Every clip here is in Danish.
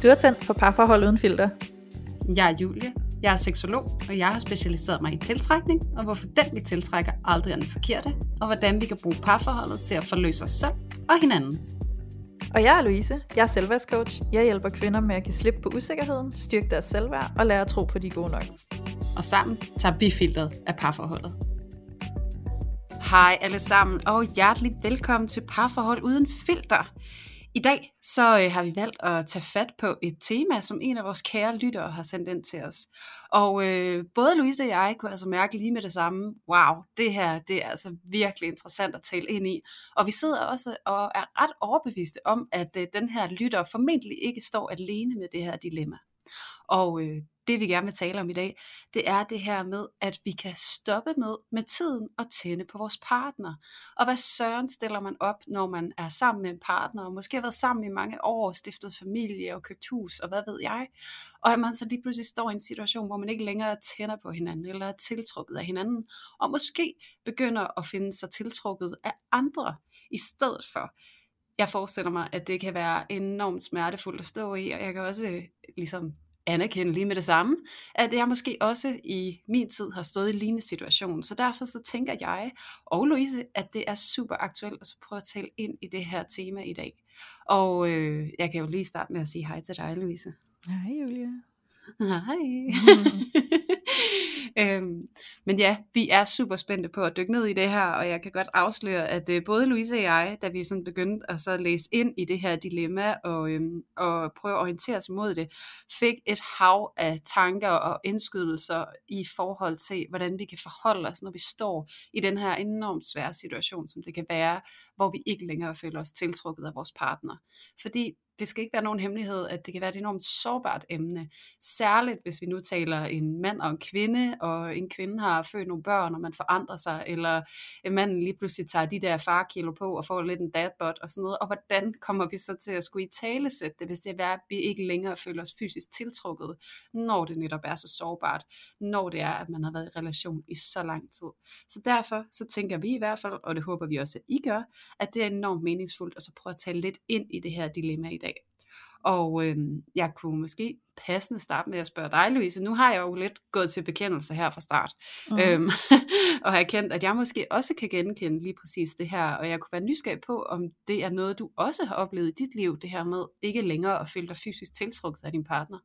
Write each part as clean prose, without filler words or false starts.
Du er tændt for parforhold uden filter. Jeg er Julie, jeg er seksolog, og jeg har specialiseret mig i tiltrækning, og hvorfor den vi tiltrækker aldrig er den forkerte, og hvordan vi kan bruge parforholdet til at forløse os selv og hinanden. Og jeg er Louise, jeg er selvværdscoach. Jeg hjælper kvinder med at give slip på usikkerheden, styrke deres selvværd og lære at tro på, de er gode nok. Og sammen tager vi filteret af parforholdet. Hej alle sammen, og hjertelig velkommen til Parforhold uden filter. I dag så har vi valgt at tage fat på et tema, som en af vores kære lyttere har sendt ind til os. Og både Louise og jeg kunne altså mærke lige med det samme, wow, det her det er altså virkelig interessant at tale ind i. Og vi sidder også og er ret overbeviste om, at den her lytter formentlig ikke står alene med det her dilemma. Og det vi gerne vil tale om i dag, det er det her med, at vi kan stoppe med tiden og tænde på vores partner. Og hvad søren stiller man op, når man er sammen med en partner, og måske har været sammen i mange år, stiftet familie og købt hus, og hvad ved jeg. Og at man så lige pludselig står i en situation, hvor man ikke længere tænder på hinanden, eller er tiltrukket af hinanden, og måske begynder at finde sig tiltrukket af andre i stedet for. Jeg forestiller mig, at det kan være enormt smertefuldt at stå i, og jeg kan også ligesom anerkende lige med det samme, at jeg måske også i min tid har stået i lignende situation. Så derfor så tænker jeg og Louise, at det er super aktuelt at så prøve at tale ind i det her tema i dag. Og jeg kan jo lige starte med at sige hej til dig, Louise. Hej Julia. Hej. Men ja, vi er super spændte på at dykke ned i det her, og jeg kan godt afsløre, at både Louise og jeg, da vi sådan begyndte at så læse ind i det her dilemma og prøve at orientere os mod det, fik et hav af tanker og indskydelser i forhold til, hvordan vi kan forholde os, når vi står i den her enormt svære situation, som det kan være, hvor vi ikke længere føler os tiltrukket af vores partner. Fordi det skal ikke være nogen hemmelighed, at det kan være et enormt sårbart emne. Særligt hvis vi nu taler en mand og en kvinde, og en kvinde har født nogle børn, og man forandrer sig, eller en mand lige pludselig tager de der farkilo på, og får lidt en dadbot og sådan noget. Og hvordan kommer vi så til at skulle italesætte det, hvis det er, at vi ikke længere føler os fysisk tiltrukket, når det netop er så sårbart, når det er, at man har været i relation i så lang tid. Så derfor så tænker vi i hvert fald, og det håber vi også, at I gør, at det er enormt meningsfuldt at så prøve at tale lidt ind i det her dilemma i dag. Og jeg kunne måske passende starte med at spørge dig, Louise. Nu har jeg jo lidt gået til bekendelse her fra start, og har erkendt, at jeg måske også kan genkende lige præcis det her, og jeg kunne være nysgerrig på, om det er noget, du også har oplevet i dit liv, det her med ikke længere at føle dig fysisk tiltrukket af din partner.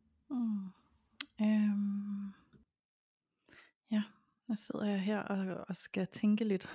Ja, nu sidder jeg her og skal tænke lidt.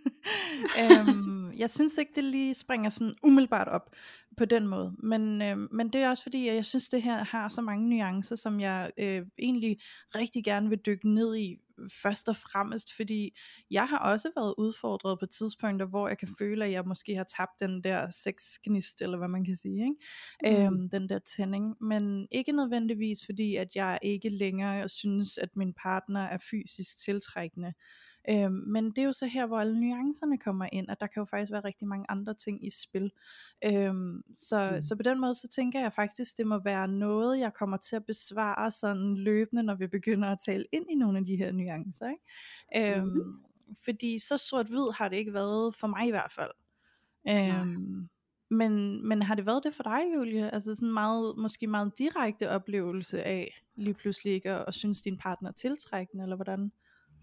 Jeg synes ikke det lige springer sådan umiddelbart op på den måde, men det er også fordi at jeg synes det her har så mange nuancer, som jeg egentlig rigtig gerne vil dykke ned i først og fremmest, fordi jeg har også været udfordret på tidspunkter, hvor jeg kan føle at jeg måske har tabt den der sexgnist, eller hvad man kan sige, ikke? Den der tænding, men ikke nødvendigvis fordi at jeg ikke længere synes at min partner er fysisk tiltrækkende. Men det er jo så her, hvor alle nuancerne kommer ind, og der kan jo faktisk være rigtig mange andre ting i spil. Så på den måde, så tænker jeg faktisk, det må være noget, jeg kommer til at besvare sådan løbende, når vi begynder at tale ind i nogle af de her nuancer, ikke? Fordi så sort-hvid har det ikke været for mig i hvert fald. Men har det været det for dig, Julie? Altså sådan meget, måske meget direkte oplevelse af lige pludselig ikke at synes din partner er tiltrækkende, eller hvordan?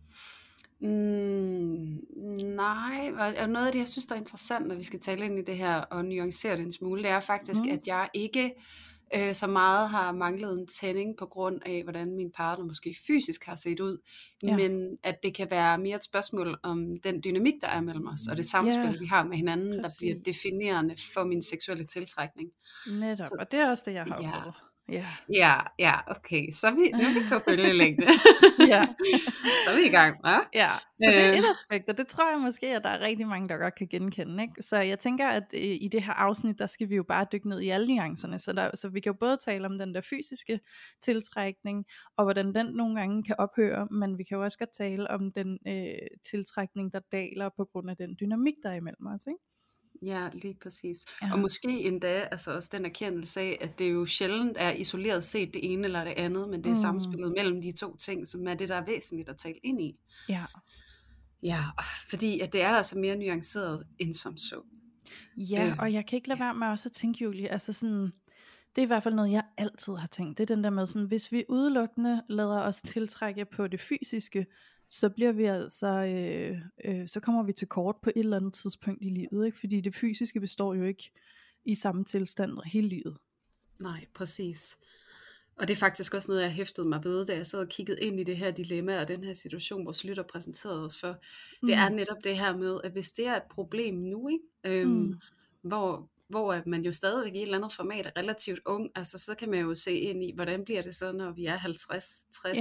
Nej, og noget af det jeg synes der er interessant, når vi skal tale ind i det her og nuancere det en smule, det er faktisk at jeg ikke så meget har manglet en tænding på grund af hvordan min partner måske fysisk har set ud, men at det kan være mere et spørgsmål om den dynamik der er mellem os, og det samspil vi har med hinanden, der bliver definerende for min seksuelle tiltrækning. Netop, så, og det er også det jeg har oplevet. Ja, okay, så nu er vi på bølgelængde. Så er vi i gang, hva'? Ja, så det er et aspekt, og det tror jeg måske, at der er rigtig mange, der godt kan genkende, ikke? Så jeg tænker, at i det her afsnit, der skal vi jo bare dykke ned i alle nuancerne, så vi kan jo både tale om den der fysiske tiltrækning, og hvordan den nogle gange kan ophøre, men vi kan jo også godt tale om den tiltrækning, der daler på grund af den dynamik, der er imellem os, ikke? Ja, lige præcis. Og måske endda altså også den erkendelse af, at det jo sjældent er isoleret set det ene eller det andet, men det er samspillet mellem de to ting, som er det, der er væsentligt at tale ind i. Ja, fordi at det er altså mere nuanceret end som så. Ja, og jeg kan ikke lade være med også at tænke, Julie, altså sådan, Det er i hvert fald noget, jeg altid har tænkt. Det er den der med, sådan, hvis vi udelukkende lader os tiltrække på det fysiske, så bliver vi altså, så kommer vi til kort på et eller andet tidspunkt i livet, ikke? Fordi det fysiske består jo ikke i samme tilstand hele livet. Nej, præcis. Og det er faktisk også noget, jeg hæftede mig ved, da jeg sad og kiggede ind i det her dilemma og den her situation, hvor Slytter præsenterede os for. Det er netop det her med, at hvis det er et problem nu, ikke? Hvor at man jo stadigvæk i et eller andet format er relativt ung, altså så kan man jo se ind i, hvordan bliver det så, når vi er 50, 60,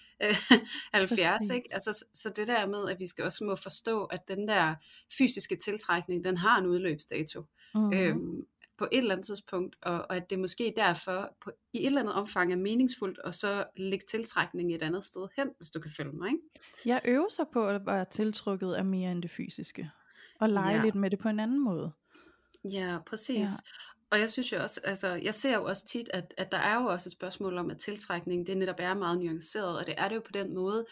70, præcis. ikke? Altså, så det der med, at vi skal også må forstå, at den der fysiske tiltrækning, den har en udløbsdato. På et eller andet tidspunkt, og at det måske derfor i et eller andet omfang er meningsfuldt, og så lægge tiltrækning et andet sted hen, hvis du kan følge mig, ikke? Jeg øver sig på at være tiltrukket af mere end det fysiske, og lege lidt med det på en anden måde. Ja, præcis. Og jeg synes jo også, altså jeg ser jo også tit, at der er jo også et spørgsmål om, at tiltrækning, det netop er meget nuanceret, og det er det jo på den måde,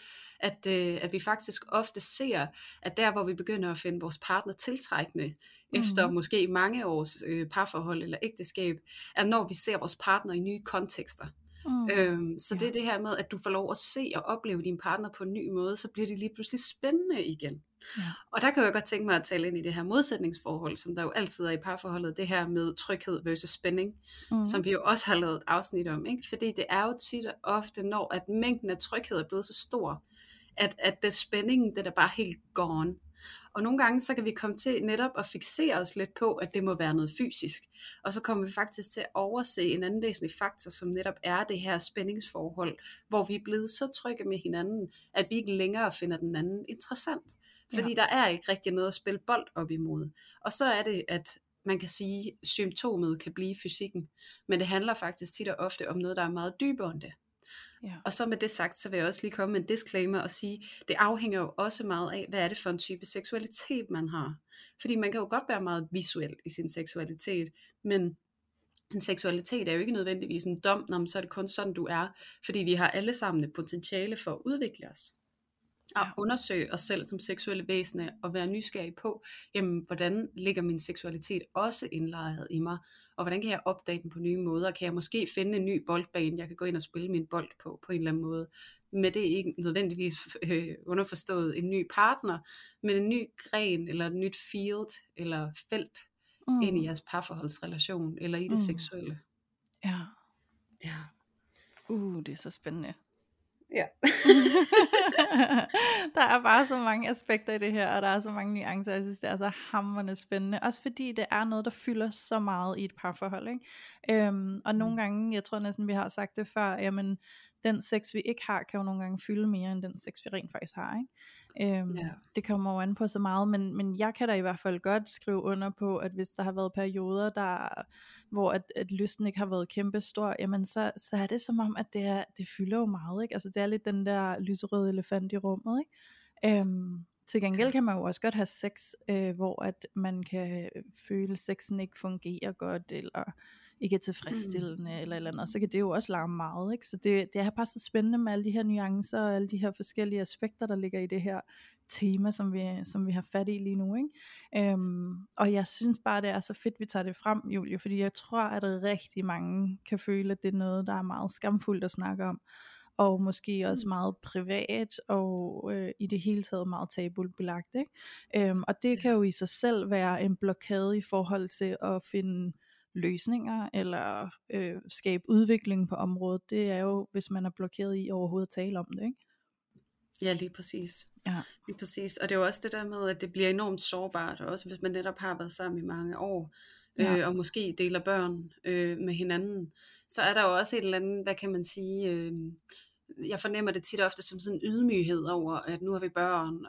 at vi faktisk ofte ser, at der hvor vi begynder at finde vores partner tiltrækkende, efter måske mange års parforhold eller ægteskab, er når vi ser vores partner i nye kontekster. Så det er det her med, at du får lov at se og opleve din partner på en ny måde, så bliver det lige pludselig spændende igen. Ja. Og der kan jeg godt tænke mig at tale ind i det her modsætningsforhold, som der jo altid er i parforholdet, det her med tryghed versus spænding, som vi jo også har lavet et afsnit om, ikke? Fordi det er jo tit og ofte, når at mængden af tryghed er blevet så stor, at det spændingen, den er bare helt gone. Og nogle gange, så kan vi komme til netop at fixere os lidt på, at det må være noget fysisk. Og så kommer vi faktisk til at overse en anden væsentlig faktor, som netop er det her spændingsforhold, hvor vi er blevet så trygge med hinanden, at vi ikke længere finder den anden interessant. Fordi der er ikke rigtig noget at spille bold op imod. Og så er det, at man kan sige, at symptomet kan blive fysikken. Men det handler faktisk tit og ofte om noget, der er meget dybere end det. Ja. Og så med det sagt, så vil jeg også lige komme med en disclaimer og sige, det afhænger jo også meget af, hvad er det for en type seksualitet, man har. Fordi man kan jo godt være meget visuel i sin seksualitet, men en seksualitet er jo ikke nødvendigvis en dom, så er det kun sådan, du er. Fordi vi har alle sammen et potentiale for at udvikle os. Og undersøge os selv som seksuelle væsener og være nysgerrig på, jamen, hvordan ligger min seksualitet også indlejret i mig, og hvordan kan jeg opdage den på nye måder, kan jeg måske finde en ny boldbane, jeg kan gå ind og spille min bold på en eller anden måde, med det ikke nødvendigvis underforstået en ny partner, men en ny gren, eller et nyt field, eller felt, ind i jeres parforholdsrelation, eller i det seksuelle. Ja. Det er så spændende. Ja. Der er bare så mange aspekter i det her, og der er så mange nuancer. Jeg synes det er så hamrende spændende, også fordi det er noget der fylder så meget i et parforhold, ikke? Og nogle gange, jeg tror næsten vi har sagt det før, jamen den sex vi ikke har, kan jo nogle gange fylde mere end den sex vi rent faktisk har, ikke? Det kommer jo an på så meget, men jeg kan da i hvert fald godt skrive under på, at hvis der har været perioder hvor at lysten ikke har været kæmpe stor, jamen så er det som om, at det fylder jo meget, ikke? Altså det er lidt den der lyserøde elefant i rummet, ikke? Til gengæld kan man jo også godt have sex, hvor at man kan føle, at sexen ikke fungerer godt, eller ikke er tilfredsstillende, eller andet, så kan det jo også larme meget, ikke? Så det er bare så spændende med alle de her nuancer, og alle de her forskellige aspekter, der ligger i det her tema, som vi har fat i lige nu, ikke? Og jeg synes bare, det er så fedt, vi tager det frem, Julie, fordi jeg tror, at rigtig mange kan føle, at det er noget, der er meget skamfuldt at snakke om, og måske også meget privat, og i det hele taget meget tabubelagt, ikke? Og det kan jo i sig selv være en blokade i forhold til at finde løsninger, eller skabe udvikling på området. Det er jo, hvis man er blokeret i overhovedet at tale om det, ikke? Ja, lige præcis. Lige præcis. Og det er jo også det der med, at det bliver enormt sårbart, og også hvis man netop har været sammen i mange år, og måske deler børn med hinanden, så er der jo også et eller andet, hvad kan man sige, jeg fornemmer det tit og ofte som sådan en ydmyghed over, at nu har vi børn,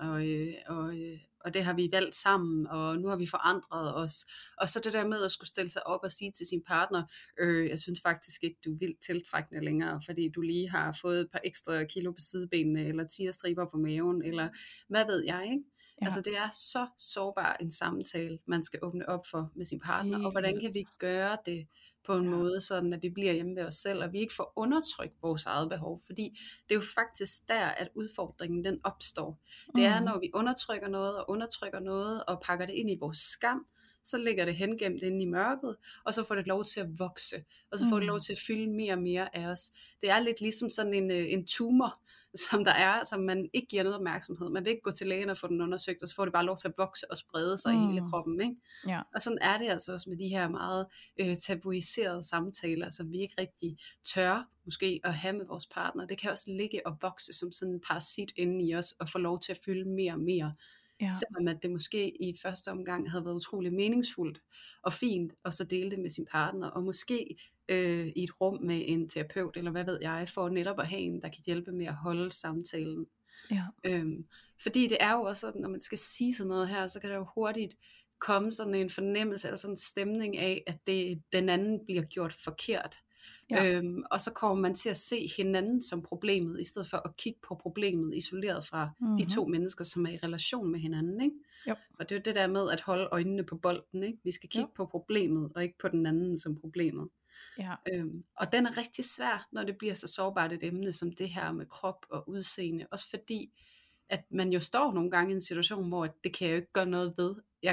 og det har vi valgt sammen, og nu har vi forandret os. Og så det der med at skulle stille sig op og sige til sin partner, jeg synes faktisk ikke, du er vildt tiltrækkende længere, fordi du lige har fået et par ekstra kilo på sidebenene, eller 10 striber på maven, eller hvad ved jeg, ikke? Ja. Altså det er så sårbar en samtale, man skal åbne op for med sin partner, og hvordan kan vi gøre det på en måde, sådan at vi bliver hjemme ved os selv, og vi ikke får undertrykt vores eget behov, fordi det er jo faktisk der, at udfordringen den opstår. Det er, når vi undertrykker noget, og pakker det ind i vores skam, så ligger det hengemt inde i mørket, og så får det lov til at vokse, og så får det lov til at fylde mere og mere af os. Det er lidt ligesom sådan en tumor, som der er, som man ikke giver noget opmærksomhed. Man vil ikke gå til lægen og få den undersøgt, og så får det bare lov til at vokse og sprede sig i hele kroppen, ikke? Ja. Og sådan er det altså også med de her meget tabuiserede samtaler, som vi ikke rigtig tør måske at have med vores partner. Det kan også ligge og vokse som sådan en parasit inde i os, og få lov til at fylde mere og mere. Ja. Selvom at det måske i første omgang havde været utrolig meningsfuldt og fint, og så dele det med sin partner, og måske i et rum med en terapeut, eller hvad ved jeg, for netop at have en, der kan hjælpe med at holde samtalen. Ja. Fordi det er jo også sådan, når man skal sige sådan noget her, så kan det jo hurtigt komme sådan en fornemmelse, eller sådan en stemning af, at den anden bliver gjort forkert. Ja. Og så kommer man til at se hinanden som problemet, i stedet for at kigge på problemet isoleret fra de to mennesker, som er i relation med hinanden, ikke? Yep. Og det er jo det der med at holde øjnene på bolden, ikke? Vi skal kigge på problemet, og ikke på den anden som problemet. Ja. Og den er rigtig svær, når det bliver så sårbart et emne som det her med krop og udseende, også fordi at man jo står nogle gange i en situation, hvor det kan jeg jo ikke gøre noget ved. Jeg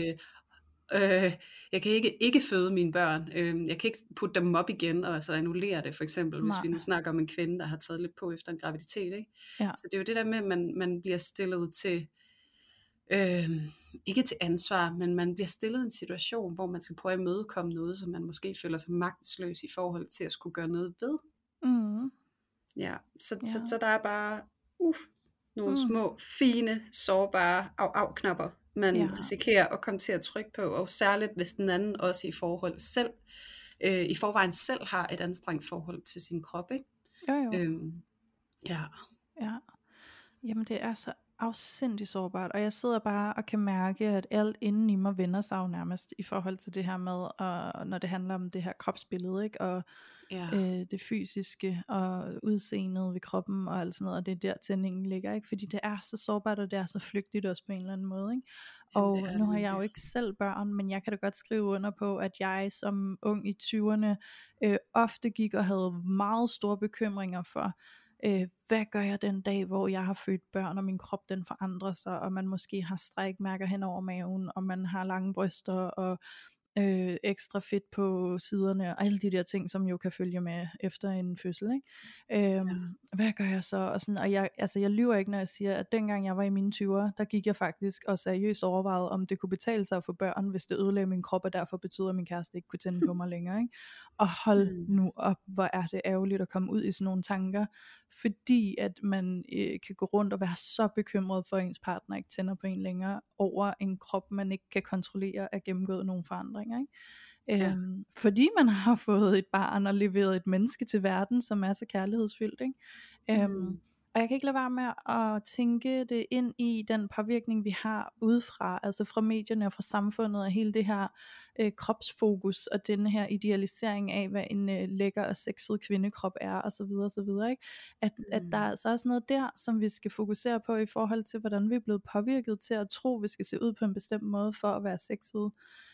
kan ikke føde mine børn. Jeg kan ikke putte dem op igen og så annullere det, for eksempel, hvis vi nu snakker om en kvinde, der har taget lidt på efter en graviditet, ikke? Ja. Så det er jo det der med, at man bliver stillet til, ikke til ansvar, men man bliver stillet i en situation, hvor man skal prøve at imødekomme noget, som man måske føler sig magtesløs i forhold til at skulle gøre noget ved. Ja, så der er bare nogle små, fine, sårbare knapper, man risikerer at komme til at trykke på, og særligt hvis den anden også i forvejen selv har et anstrengt forhold til sin krop, ikke? Jo. Ja. Jamen det er så afsindigt sårbart, og jeg sidder bare og kan mærke, at alt inden i mig vender sig jo nærmest i forhold til det her med, når det handler om det her kropsbillede, ikke? Og det fysiske og udseendet ved kroppen og alt sådan noget, og det er der tændingen ligger, ikke? Fordi det er så sårbart, og det er så flygtigt også på en eller anden måde, ikke? Og nu har jeg jo ikke selv børn, men jeg kan da godt skrive under på, at jeg som ung i 20'erne ofte gik og havde meget store bekymringer for, hvad gør jeg den dag, hvor jeg har født børn, og min krop den forandrer sig, og man måske har strækmærker hen over maven, og man har lange bryster, og ekstra fedt på siderne, og alle de der ting, som jo kan følge med efter en fødsel, ikke? Hvad gør jeg så? Og, sådan, og jeg lyver ikke, når jeg siger, at dengang jeg var i mine 20'er, der gik jeg faktisk og seriøst overvejede, om det kunne betale sig at få børn, hvis det ødelagde min krop, og derfor betyder, at min kæreste ikke kunne tænde på mig længere, ikke? Og hold nu op, hvor er det ærgerligt at komme ud i sådan nogle tanker, fordi at man kan gå rundt og være så bekymret for, at ens partner ikke tænder på en længere, over en krop, man ikke kan kontrollere, at gennemgået nogle forandringer, ikke? Fordi man har fået et barn og leveret et menneske til verden, som er så kærlighedsfyldt, ikke? Og jeg kan ikke lade være med at tænke det ind i den påvirkning, vi har udefra, altså fra medierne og fra samfundet, og hele det her kropsfokus, og den her idealisering af, hvad en lækker og sexet kvindekrop er, og så videre, og så videre, ikke? At der er altså også noget der, som vi skal fokusere på, i forhold til, hvordan vi er blevet påvirket til at tro, vi skal se ud på en bestemt måde, for at være sexet.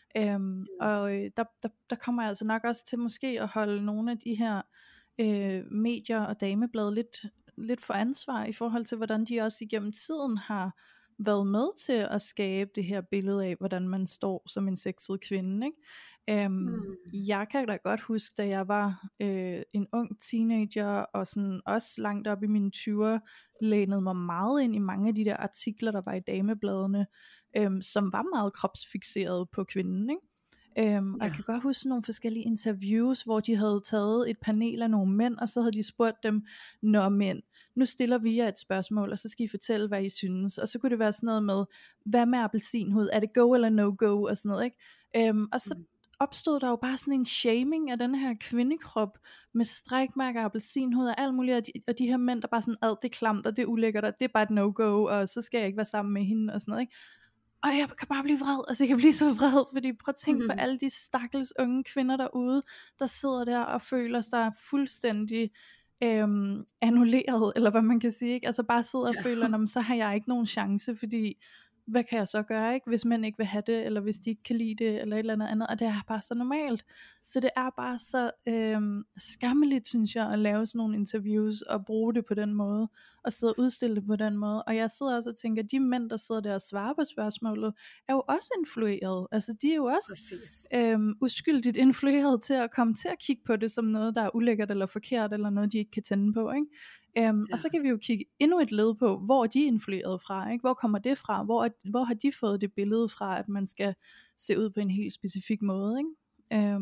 Og der kommer jeg altså nok også til måske at holde nogle af de her medier og dameblade lidt for ansvar, i forhold til hvordan de også igennem tiden har været med til at skabe det her billede af, hvordan man står som en sexet kvinde, ikke? Jeg kan da godt huske, da jeg var en ung teenager, og sådan også langt op i mine 20'er, lænede mig meget ind i mange af de der artikler, der var i damebladene, som var meget kropsfikseret på kvinden, ikke? Og jeg kan godt huske nogle forskellige interviews, hvor de havde taget et panel af nogle mænd, og så havde de spurgt dem, når mænd, nu stiller vi jer et spørgsmål, og så skal I fortælle, hvad I synes. Og så kunne det være sådan noget med, hvad med appelsinhud, er det go eller no go, og sådan noget, ikke? Og så opstod der jo bare sådan en shaming af den her kvindekrop, med strækmærker, appelsinhud og alt muligt, og de her mænd, der bare sådan, det er klamt, og det er ulækkert, og det er bare et no-go, og så skal jeg ikke være sammen med hende, og sådan noget, ikke? Og jeg kan bare blive vred, altså jeg kan blive så vred, fordi prøv at tænke på alle de stakkels unge kvinder derude, der sidder der og føler sig fuldstændig annulleret, eller hvad man kan sige, ikke? Altså bare sidder og føler, så har jeg ikke nogen chance, fordi hvad kan jeg så gøre, ikke? Hvis mænd ikke vil have det, eller hvis de ikke kan lide det, eller et eller andet, og det er bare så normalt. Så det er bare så skammeligt, synes jeg, at lave sådan nogle interviews og bruge det på den måde, og sidde og udstille det på den måde. Og jeg sidder også og tænker, at de mænd, der sidder der og svarer på spørgsmålet, er jo også influeret. Altså de er jo også Præcis. uskyldigt influeret til at komme til at kigge på det som noget, der er ulækkert eller forkert, eller noget, de ikke kan tænde på, ikke? Og så kan vi jo kigge endnu et led på, hvor de er influeret fra, ikke? Hvor kommer det fra? Hvor har de fået det billede fra, at man skal se ud på en helt specifik måde, ikke?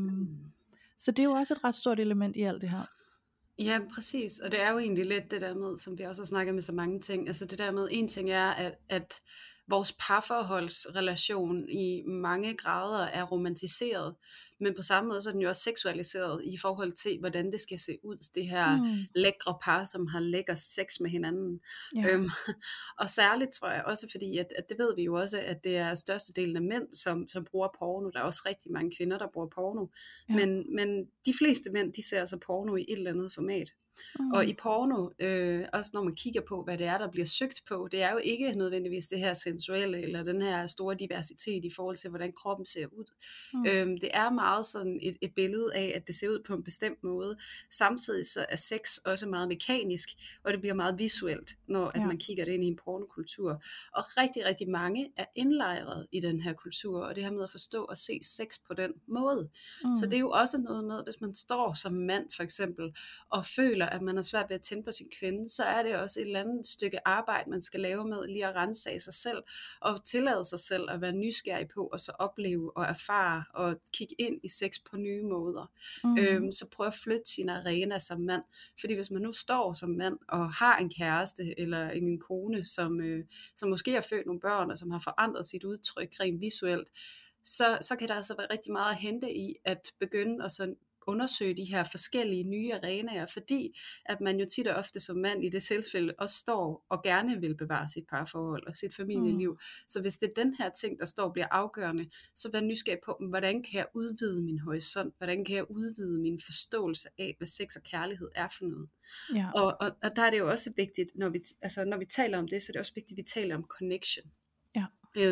Så det er jo også et ret stort element i alt det her. Ja, præcis. Og det er jo egentlig lidt det der med, som vi også har snakket med så mange ting. Altså det der med, en ting er, at vores parforholdsrelation i mange grader er romantiseret, men på samme måde så er den jo også seksualiseret i forhold til, hvordan det skal se ud. Det her lækre par, som har lækker sex med hinanden. Ja. Og særligt tror jeg også, fordi at det ved vi jo også, at det er størstedelen af mænd, som bruger porno. Der er også rigtig mange kvinder, der bruger porno. Ja. Men de fleste mænd, de ser altså porno i et eller andet format. Og i porno, også når man kigger på, hvad det er, der bliver søgt på, det er jo ikke nødvendigvis det her sensuelle, eller den her store diversitet i forhold til, hvordan kroppen ser ud. Det er meget sådan et billede af, at det ser ud på en bestemt måde. Samtidig så er sex også meget mekanisk, og det bliver meget visuelt, når at man kigger det ind i en pornokultur. Og rigtig, rigtig mange er indlejret i den her kultur, og det her med at forstå og se sex på den måde. Så det er jo også noget med, hvis man står som mand for eksempel, og føler, at man er svært ved at tænde på sin kvinde, så er det også et eller andet stykke arbejde, man skal lave med lige at ransage sig selv, og tillade sig selv at være nysgerrig på, og så opleve og erfare, og kigge ind i sex på nye måder. Så prøv at flytte sin arena som mand, fordi hvis man nu står som mand, og har en kæreste, eller en kone, som måske har født nogle børn, og som har forandret sit udtryk rent visuelt, så kan der altså være rigtig meget at hente i, at begynde at sådan undersøge de her forskellige nye arenaer, fordi at man jo tit og ofte som mand i det tilfælde også står og gerne vil bevare sit parforhold og sit familieliv. Så hvis det er den her ting, der står og bliver afgørende, så vær nysgerrig på, hvordan kan jeg udvide min horisont? Hvordan kan jeg udvide min forståelse af, hvad sex og kærlighed er for noget? Ja. Og der er det jo også vigtigt, når vi taler om det, så er det også vigtigt, at vi taler om connection. Ja.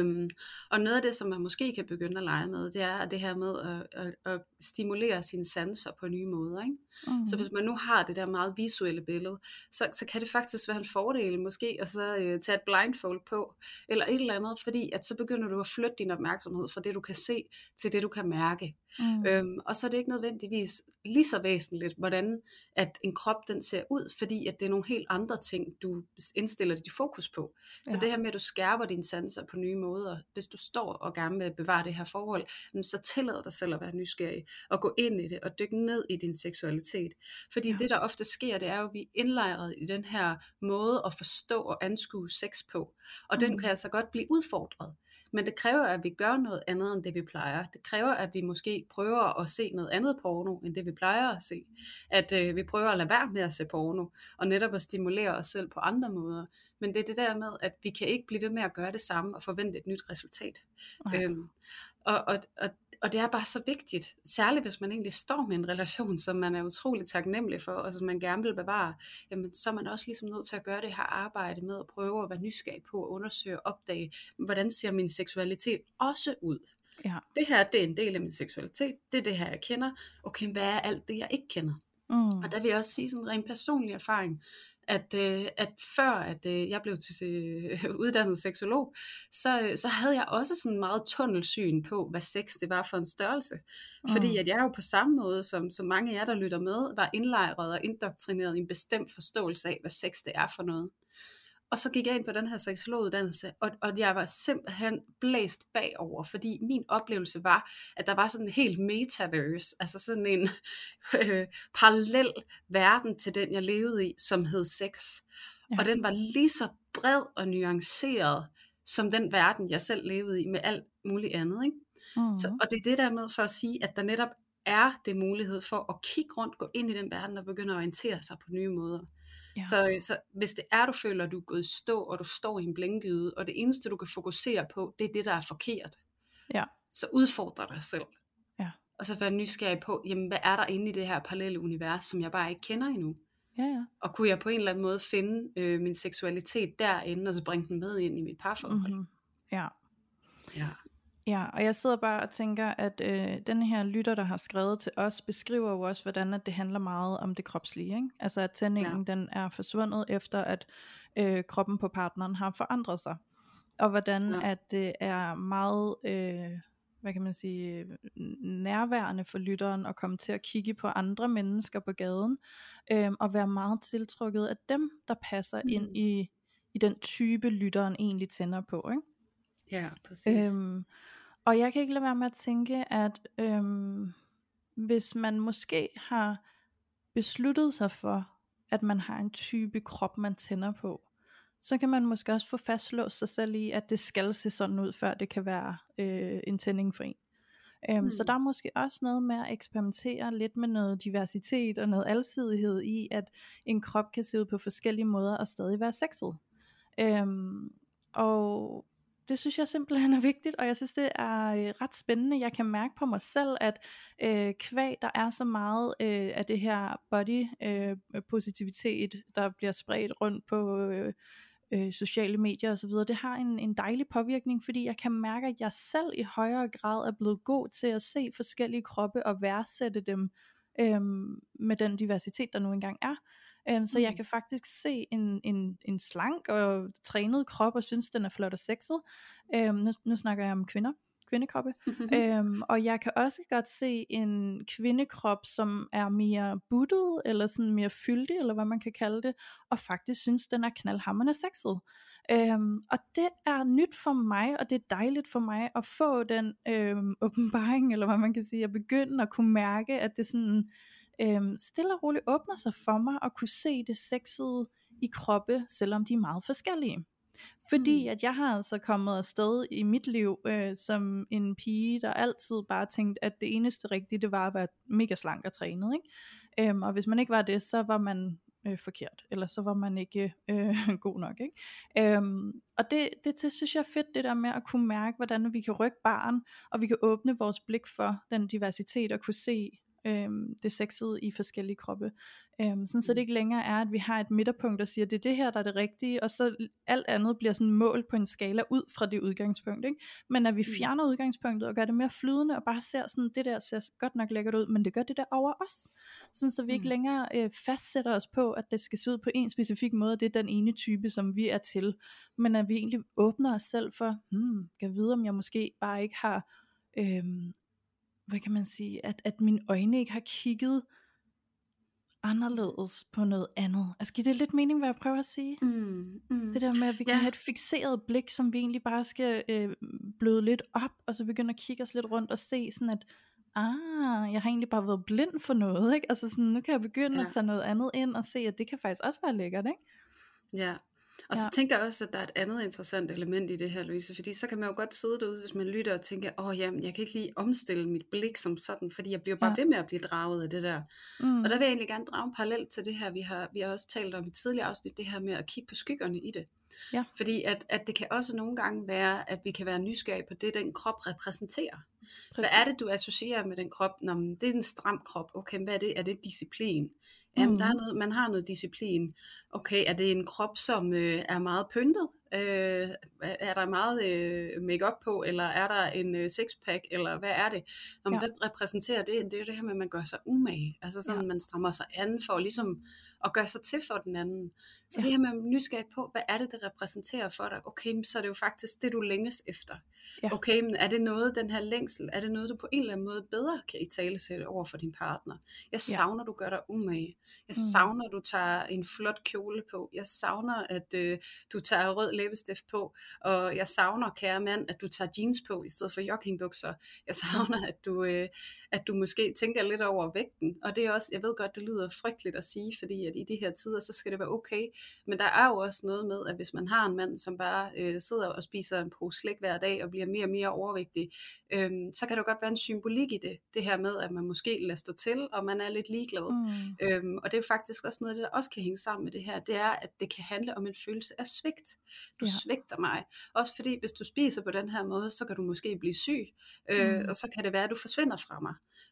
Og noget af det, som man måske kan begynde at lege med, det er det her med at stimulere sine sanser på nye måder, ikke? Så hvis man nu har det der meget visuelle billede, så kan det faktisk være en fordel måske at så tage et blindfold på, eller et eller andet, fordi at så begynder du at flytte din opmærksomhed fra det du kan se, til det du kan mærke. Og så er det ikke nødvendigvis lige så væsentligt, hvordan at en krop den ser ud, fordi at det er nogle helt andre ting, du indstiller dit fokus på. Så det her med, at du skærper dine sanser på nye måder, hvis du står og gerne vil bevare det her forhold, så tillad dig selv at være nysgerrig, og gå ind i det, og dykke ned i din seksualitet. Fordi det der ofte sker, det er jo, at vi er indlejret i den her måde at forstå og anskue sex på. Og den kan altså godt blive udfordret. Men det kræver, at vi gør noget andet, end det vi plejer. Det kræver, at vi måske prøver at se noget andet porno, end det vi plejer at se. At vi prøver at lade være med at se porno, og netop at stimulere os selv på andre måder. Men det er det der med, at vi kan ikke blive ved med at gøre det samme, og forvente et nyt resultat. Og det er bare så vigtigt, særligt hvis man egentlig står med en relation, som man er utrolig taknemmelig for, og som man gerne vil bevare, jamen, så er man også ligesom nødt til at gøre det her arbejde med at prøve at være nysgerrig på at undersøge og opdage, hvordan ser min seksualitet også ud. Ja. Det her, det er en del af min seksualitet, det er det her, jeg kender. Okay, hvad er alt det, jeg ikke kender? Og der vil jeg også sige sådan en ren personlig erfaring, at før at jeg blev uddannet seksolog, så havde jeg også sådan meget tunnelsyn på, hvad sex det var for en størrelse. Fordi at jeg jo på samme måde, som mange af jer, der lytter med, var indlejret og indoktrineret i en bestemt forståelse af, hvad sex det er for noget. Og så gik jeg ind på den her seksologuddannelse, og jeg var simpelthen blæst bagover, fordi min oplevelse var, at der var sådan en helt metaverse, altså sådan en parallel verden til den, jeg levede i, som hed sex. Ja. Og den var lige så bred og nuanceret, som den verden, jeg selv levede i, med alt muligt andet, ikke? Og det er det der med for at sige, at der netop er det mulighed for at kigge rundt, gå ind i den verden og begynde at orientere sig på nye måder. Ja. Så hvis det er, du føler, at du er gået i stå, og du står i en blinkgyde, og det eneste, du kan fokusere på, det er det, der er forkert, så udfordrer dig selv. Ja. Og så vær nysgerrig på, jamen, hvad er der inde i det her parallelle univers, som jeg bare ikke kender endnu? Ja. Og kunne jeg på en eller anden måde finde min seksualitet derinde, og så bringe den med ind i mit parforhold? Ja. Ja, og jeg sidder bare og tænker, at den her lytter, der har skrevet til os, beskriver jo også, hvordan at det handler meget om det kropslige, ikke? Altså at Ja. tændingen den er forsvundet efter, at kroppen på partneren har forandret sig. Og hvordan Ja. at det er meget, hvad kan man sige, nærværende for lytteren at komme til at kigge på andre mennesker på gaden, og være meget tiltrukket af dem, der passer ind i den type lytteren egentlig tænder på, ikke? Ja, præcis. Og jeg kan ikke lade være med at tænke, at hvis man måske har besluttet sig for, at man har en type krop, man tænder på, så kan man måske også få fastlåst sig selv i, at det skal se sådan ud, før det kan være en tænding for en. Så der er måske også noget med at eksperimentere lidt med noget diversitet og noget alsidighed i, at en krop kan se ud på forskellige måder og stadig være sexet. Og det synes jeg simpelthen er vigtigt, og jeg synes det er ret spændende. Jeg kan mærke på mig selv, at kvæg der er så meget af det her body positivitet, der bliver spredt rundt på sociale medier og så videre, det har en dejlig påvirkning, fordi jeg kan mærke, at jeg selv i højere grad er blevet god til at se forskellige kroppe og værdsætte dem med den diversitet der nu engang er. Så jeg kan faktisk se en slank og trænet krop og synes den er flot og sexet. Nu snakker jeg om kvindekroppe. Og jeg kan også godt se en kvindekrop, som er mere buttet, eller sådan mere fyldig, eller hvad man kan kalde det, og faktisk synes, den er knaldhamrende sexet. Og det er nyt for mig, og det er dejligt for mig at få den åbenbaring, eller hvad man kan sige, at begynde at kunne mærke, at det sådan stille og roligt åbner sig for mig, at kunne se det sexede i kroppe, selvom de er meget forskellige. Fordi at jeg har altså kommet afsted i mit liv som en pige, der altid bare tænkte, at det eneste rigtige, det var at være mega slank og trænet, ikke? Og hvis man ikke var det, så var man forkert, eller så var man ikke god nok, ikke? Og det synes jeg er fedt, det der med at kunne mærke, hvordan vi kan rykke barn, og vi kan åbne vores blik for den diversitet, og kunne se det sexede i forskellige kroppe, sådan så det ikke længere er, at vi har et midterpunkt, der siger, det er det her, der er det rigtige, og så alt andet bliver sådan mål på en skala ud fra det udgangspunkt, ikke? Men at vi fjerner udgangspunktet og gør det mere flydende, og bare ser sådan, det der ser godt nok lækkert ud, men det gør det der over os, sådan så vi ikke længere fastsætter os på, at det skal se ud på en specifik måde, det er den ene type, som vi er til, men at vi egentlig åbner os selv for, kan vide, om jeg måske bare ikke har hvad kan man sige, at mine øjne ikke har kigget anderledes på noget andet. Altså giver det lidt mening, hvad jeg prøver at sige? Det der med, at vi kan have et fikseret blik, som vi egentlig bare skal bløde lidt op, og så begynde at kigge os lidt rundt og se sådan, at jeg har egentlig bare været blind for noget, ikke? Altså sådan, nu kan jeg begynde at tage noget andet ind, og se, at det kan faktisk også være lækkert, ikke? Ja. Og så tænker jeg også, at der er et andet interessant element i det her, Louise, fordi så kan man jo godt sidde derude, hvis man lytter og tænker, jamen, jeg kan ikke lige omstille mit blik som sådan, fordi jeg bliver bare ved med at blive draget af det der. Og der vil jeg egentlig gerne drage en parallel til det her, vi har også talt om i tidligere afsnit, det her med at kigge på skyggerne i det. Ja. Fordi at det kan også nogle gange være, at vi kan være nysgerrige på det, den krop repræsenterer. Præcis. Hvad er det, du associerer med den krop? Nå, det er en stram krop. Okay, hvad er det? Er det disciplin? Jamen, der er noget, man har noget disciplin. Okay, er det en krop, som er meget pyntet? Er der meget make-up på? Eller er der en sixpack? Eller hvad er det? Hvad repræsenterer det? Det er jo det her med, at man gør sig umage. Altså sådan, man strammer sig an for ligesom at gøre sig til for den anden. Så det her med nysgerrig på, hvad er det, det repræsenterer for dig? Okay, så er det jo faktisk det, du længes efter. Okay, men er det noget, den her længsel, er det noget, du på en eller anden måde bedre kan italesætte over for din partner? Jeg savner, du gør dig umage. Jeg savner, at du tager en flot kjole på. Jeg savner, at du tager rød læbestift på. Og jeg savner, kære mand, at du tager jeans på i stedet for joggingbukser. Jeg savner, at du måske tænker lidt over vægten. Og det er også, jeg ved godt, det lyder frygteligt at sige, fordi at i de her tider, så skal det være okay. Men der er jo også noget med, at hvis man har en mand, som bare sidder og spiser en pose slik hver dag, og bliver mere og mere overvægtig, så kan der godt være en symbolik i det. Det her med, at man måske lader stå til, og man er lidt ligeglad. Og det er faktisk også noget af det, der også kan hænge sammen med det her. Det er, at det kan handle om en følelse af svigt. Du svigter mig. Også fordi, hvis du spiser på den her måde, så kan du måske blive syg. Og så kan det være, at du forsvinder fra mig.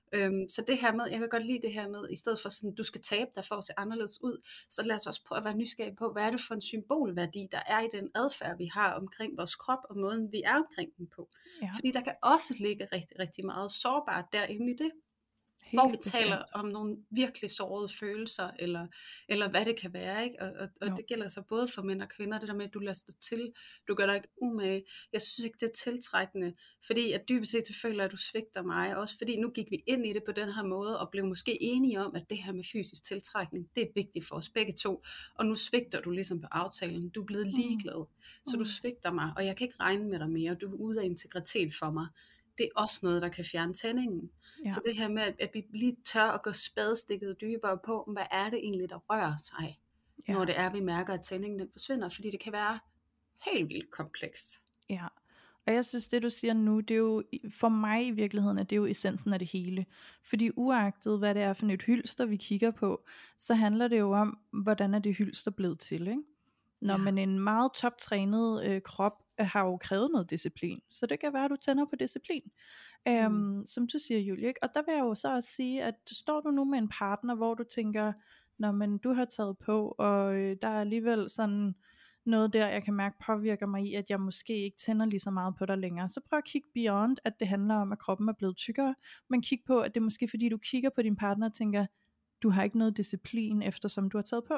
Så det her med, jeg kan godt lide det her med, i stedet for sådan, du skal tabe dig for at se anderledes ud, så lad os også prøve at være nysgerrige på, hvad er det for en symbolværdi, der er i den adfærd, vi har omkring vores krop, og måden vi er omkring den på. Ja, Fordi der kan også ligge rigtig, rigtig meget sårbart derinde i det, hvor vi helt taler bestemt. om nogle virkelig sårede følelser, eller hvad det kan være, ikke? Og Jo. det gælder så både for mænd og kvinder, det der med, at du lader stå til, du gør dig ikke umage. Jeg synes ikke, det er tiltrækkende, fordi at dybest set føler, at du svigter mig, også fordi nu gik vi ind i det på den her måde, og blev måske enige om, at det her med fysisk tiltrækning, det er vigtigt for os begge to, og nu svigter du ligesom på aftalen, du er blevet ligeglad, så du svigter mig, og jeg kan ikke regne med dig mere, du er ude af integritet for mig. Det er også noget, der kan fjerne tændingen. Ja. Så det her med, at vi lige tør at gå spadestikket dybere på, hvad er det egentlig, der rører sig, når det er, vi mærker, at tændingen den forsvinder, fordi det kan være helt vildt komplekst. Ja, og jeg synes det du siger nu, det er jo for mig i virkeligheden, at det er jo essensen af det hele. Fordi uagtet hvad det er for et hylster vi kigger på, så handler det jo om, hvordan er det hylster blevet til, ikke? Når man en meget toptrænet krop har jo krævet noget disciplin, så det kan være at du tænder på disciplin, som du siger, Julie, ikke? Og der vil jeg jo så også sige, at står du nu med en partner, hvor du tænker, når men du har taget på, og der er alligevel sådan noget der, jeg kan mærke påvirker mig i, at jeg måske ikke tænder lige så meget på dig længere, så prøv at kigge beyond, at det handler om, at kroppen er blevet tykkere, men kig på, at det er måske fordi du kigger på din partner og tænker, du har ikke noget disciplin, eftersom du har taget på.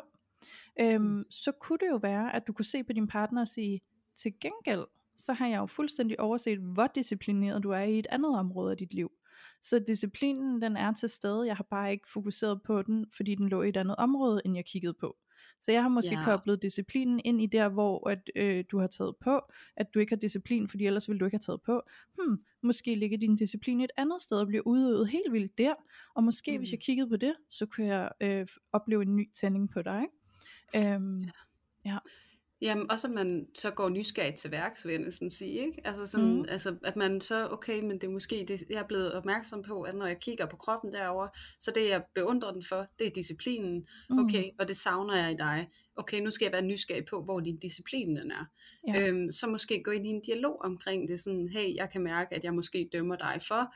Så kunne det jo være, at du kunne se på din partner og sige, til gengæld, så har jeg jo fuldstændig overset, hvor disciplineret du er i et andet område af dit liv. Så disciplinen, den er til stede, jeg har bare ikke fokuseret på den, fordi den lå i et andet område, end jeg kiggede på. Så jeg har måske koblet disciplinen ind i der, hvor at, du har taget på, at du ikke har disciplin, fordi ellers ville du ikke have taget på. Måske ligger din disciplin et andet sted og bliver udøvet helt vildt der, og måske hvis jeg kiggede på det, så kunne jeg opleve en ny tænding på dig, ikke? Ja. Jamen også at man så går nysgerrigt til værks, vil jeg næsten sige, ikke? Altså sådan, altså at man så, okay, men det er måske det, jeg er blevet opmærksom på, at når jeg kigger på kroppen derover, så det jeg beundrer den for, det er disciplinen, okay, og det savner jeg i dig, okay, nu skal jeg være nysgerrig på, hvor din disciplin den er. Så måske gå ind i en dialog omkring det, sådan, hey, jeg kan mærke, at jeg måske dømmer dig for,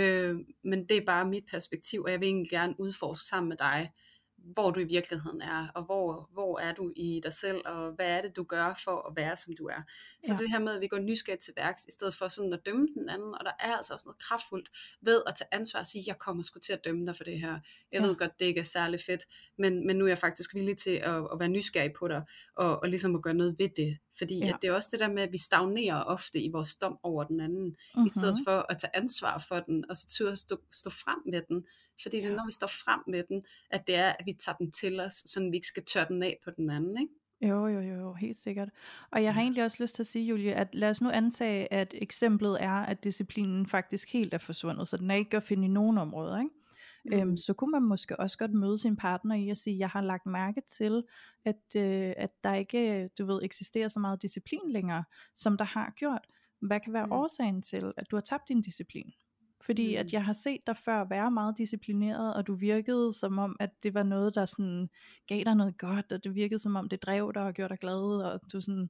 men det er bare mit perspektiv, og jeg vil egentlig gerne udforske sammen med dig, hvor du i virkeligheden er, og hvor er du i dig selv, og hvad er det du gør for at være som du er. Så det her med at vi går nysgerrigt til værks, i stedet for sådan at dømme den anden, og der er altså også noget kraftfuldt ved at tage ansvar og sige, jeg kommer sgu til at dømme dig for det her, jeg ved godt det ikke er særlig fedt, men nu er jeg faktisk villig til at være nysgerrig på dig, og ligesom at gøre noget ved det, fordi at det er også det der med, at vi stagnerer ofte i vores dom over den anden, i stedet for at tage ansvar for den, og så turde stå frem med den, fordi det er når vi står frem med den, at det er, at vi tager den til os, så vi ikke skal tørre den af på den anden, ikke? Jo, helt sikkert. Og jeg har egentlig også lyst til at sige, Julie, at lad os nu antage, at eksemplet er, at disciplinen faktisk helt er forsvundet, så den er ikke at finde i nogen områder, ikke? Så kunne man måske også godt møde sin partner i at sige, jeg har lagt mærke til, at der ikke, eksisterer så meget disciplin længere, som der har gjort. Hvad kan være årsagen til, at du har tabt din disciplin? Fordi at jeg har set dig før være meget disciplineret, og du virkede som om, at det var noget, der sådan gav dig noget godt, og det virkede som om, det drev dig og gjorde dig glad, og du sådan,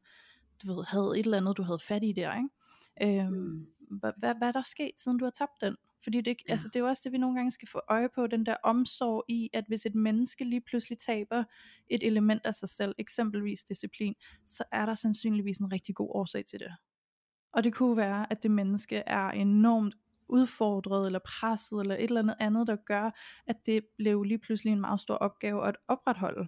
havde et eller andet, du havde fat i der, ikke? Hvad er der sket, siden du har tabt den? Fordi det er jo også det, vi nogle gange skal få øje på, den der omsorg i, at hvis et menneske lige pludselig taber et element af sig selv, eksempelvis disciplin, så er der sandsynligvis en rigtig god årsag til det. Og det kunne være, at det menneske er enormt udfordret eller presset eller et eller andet, der gør, at det blev lige pludselig en meget stor opgave at opretholde.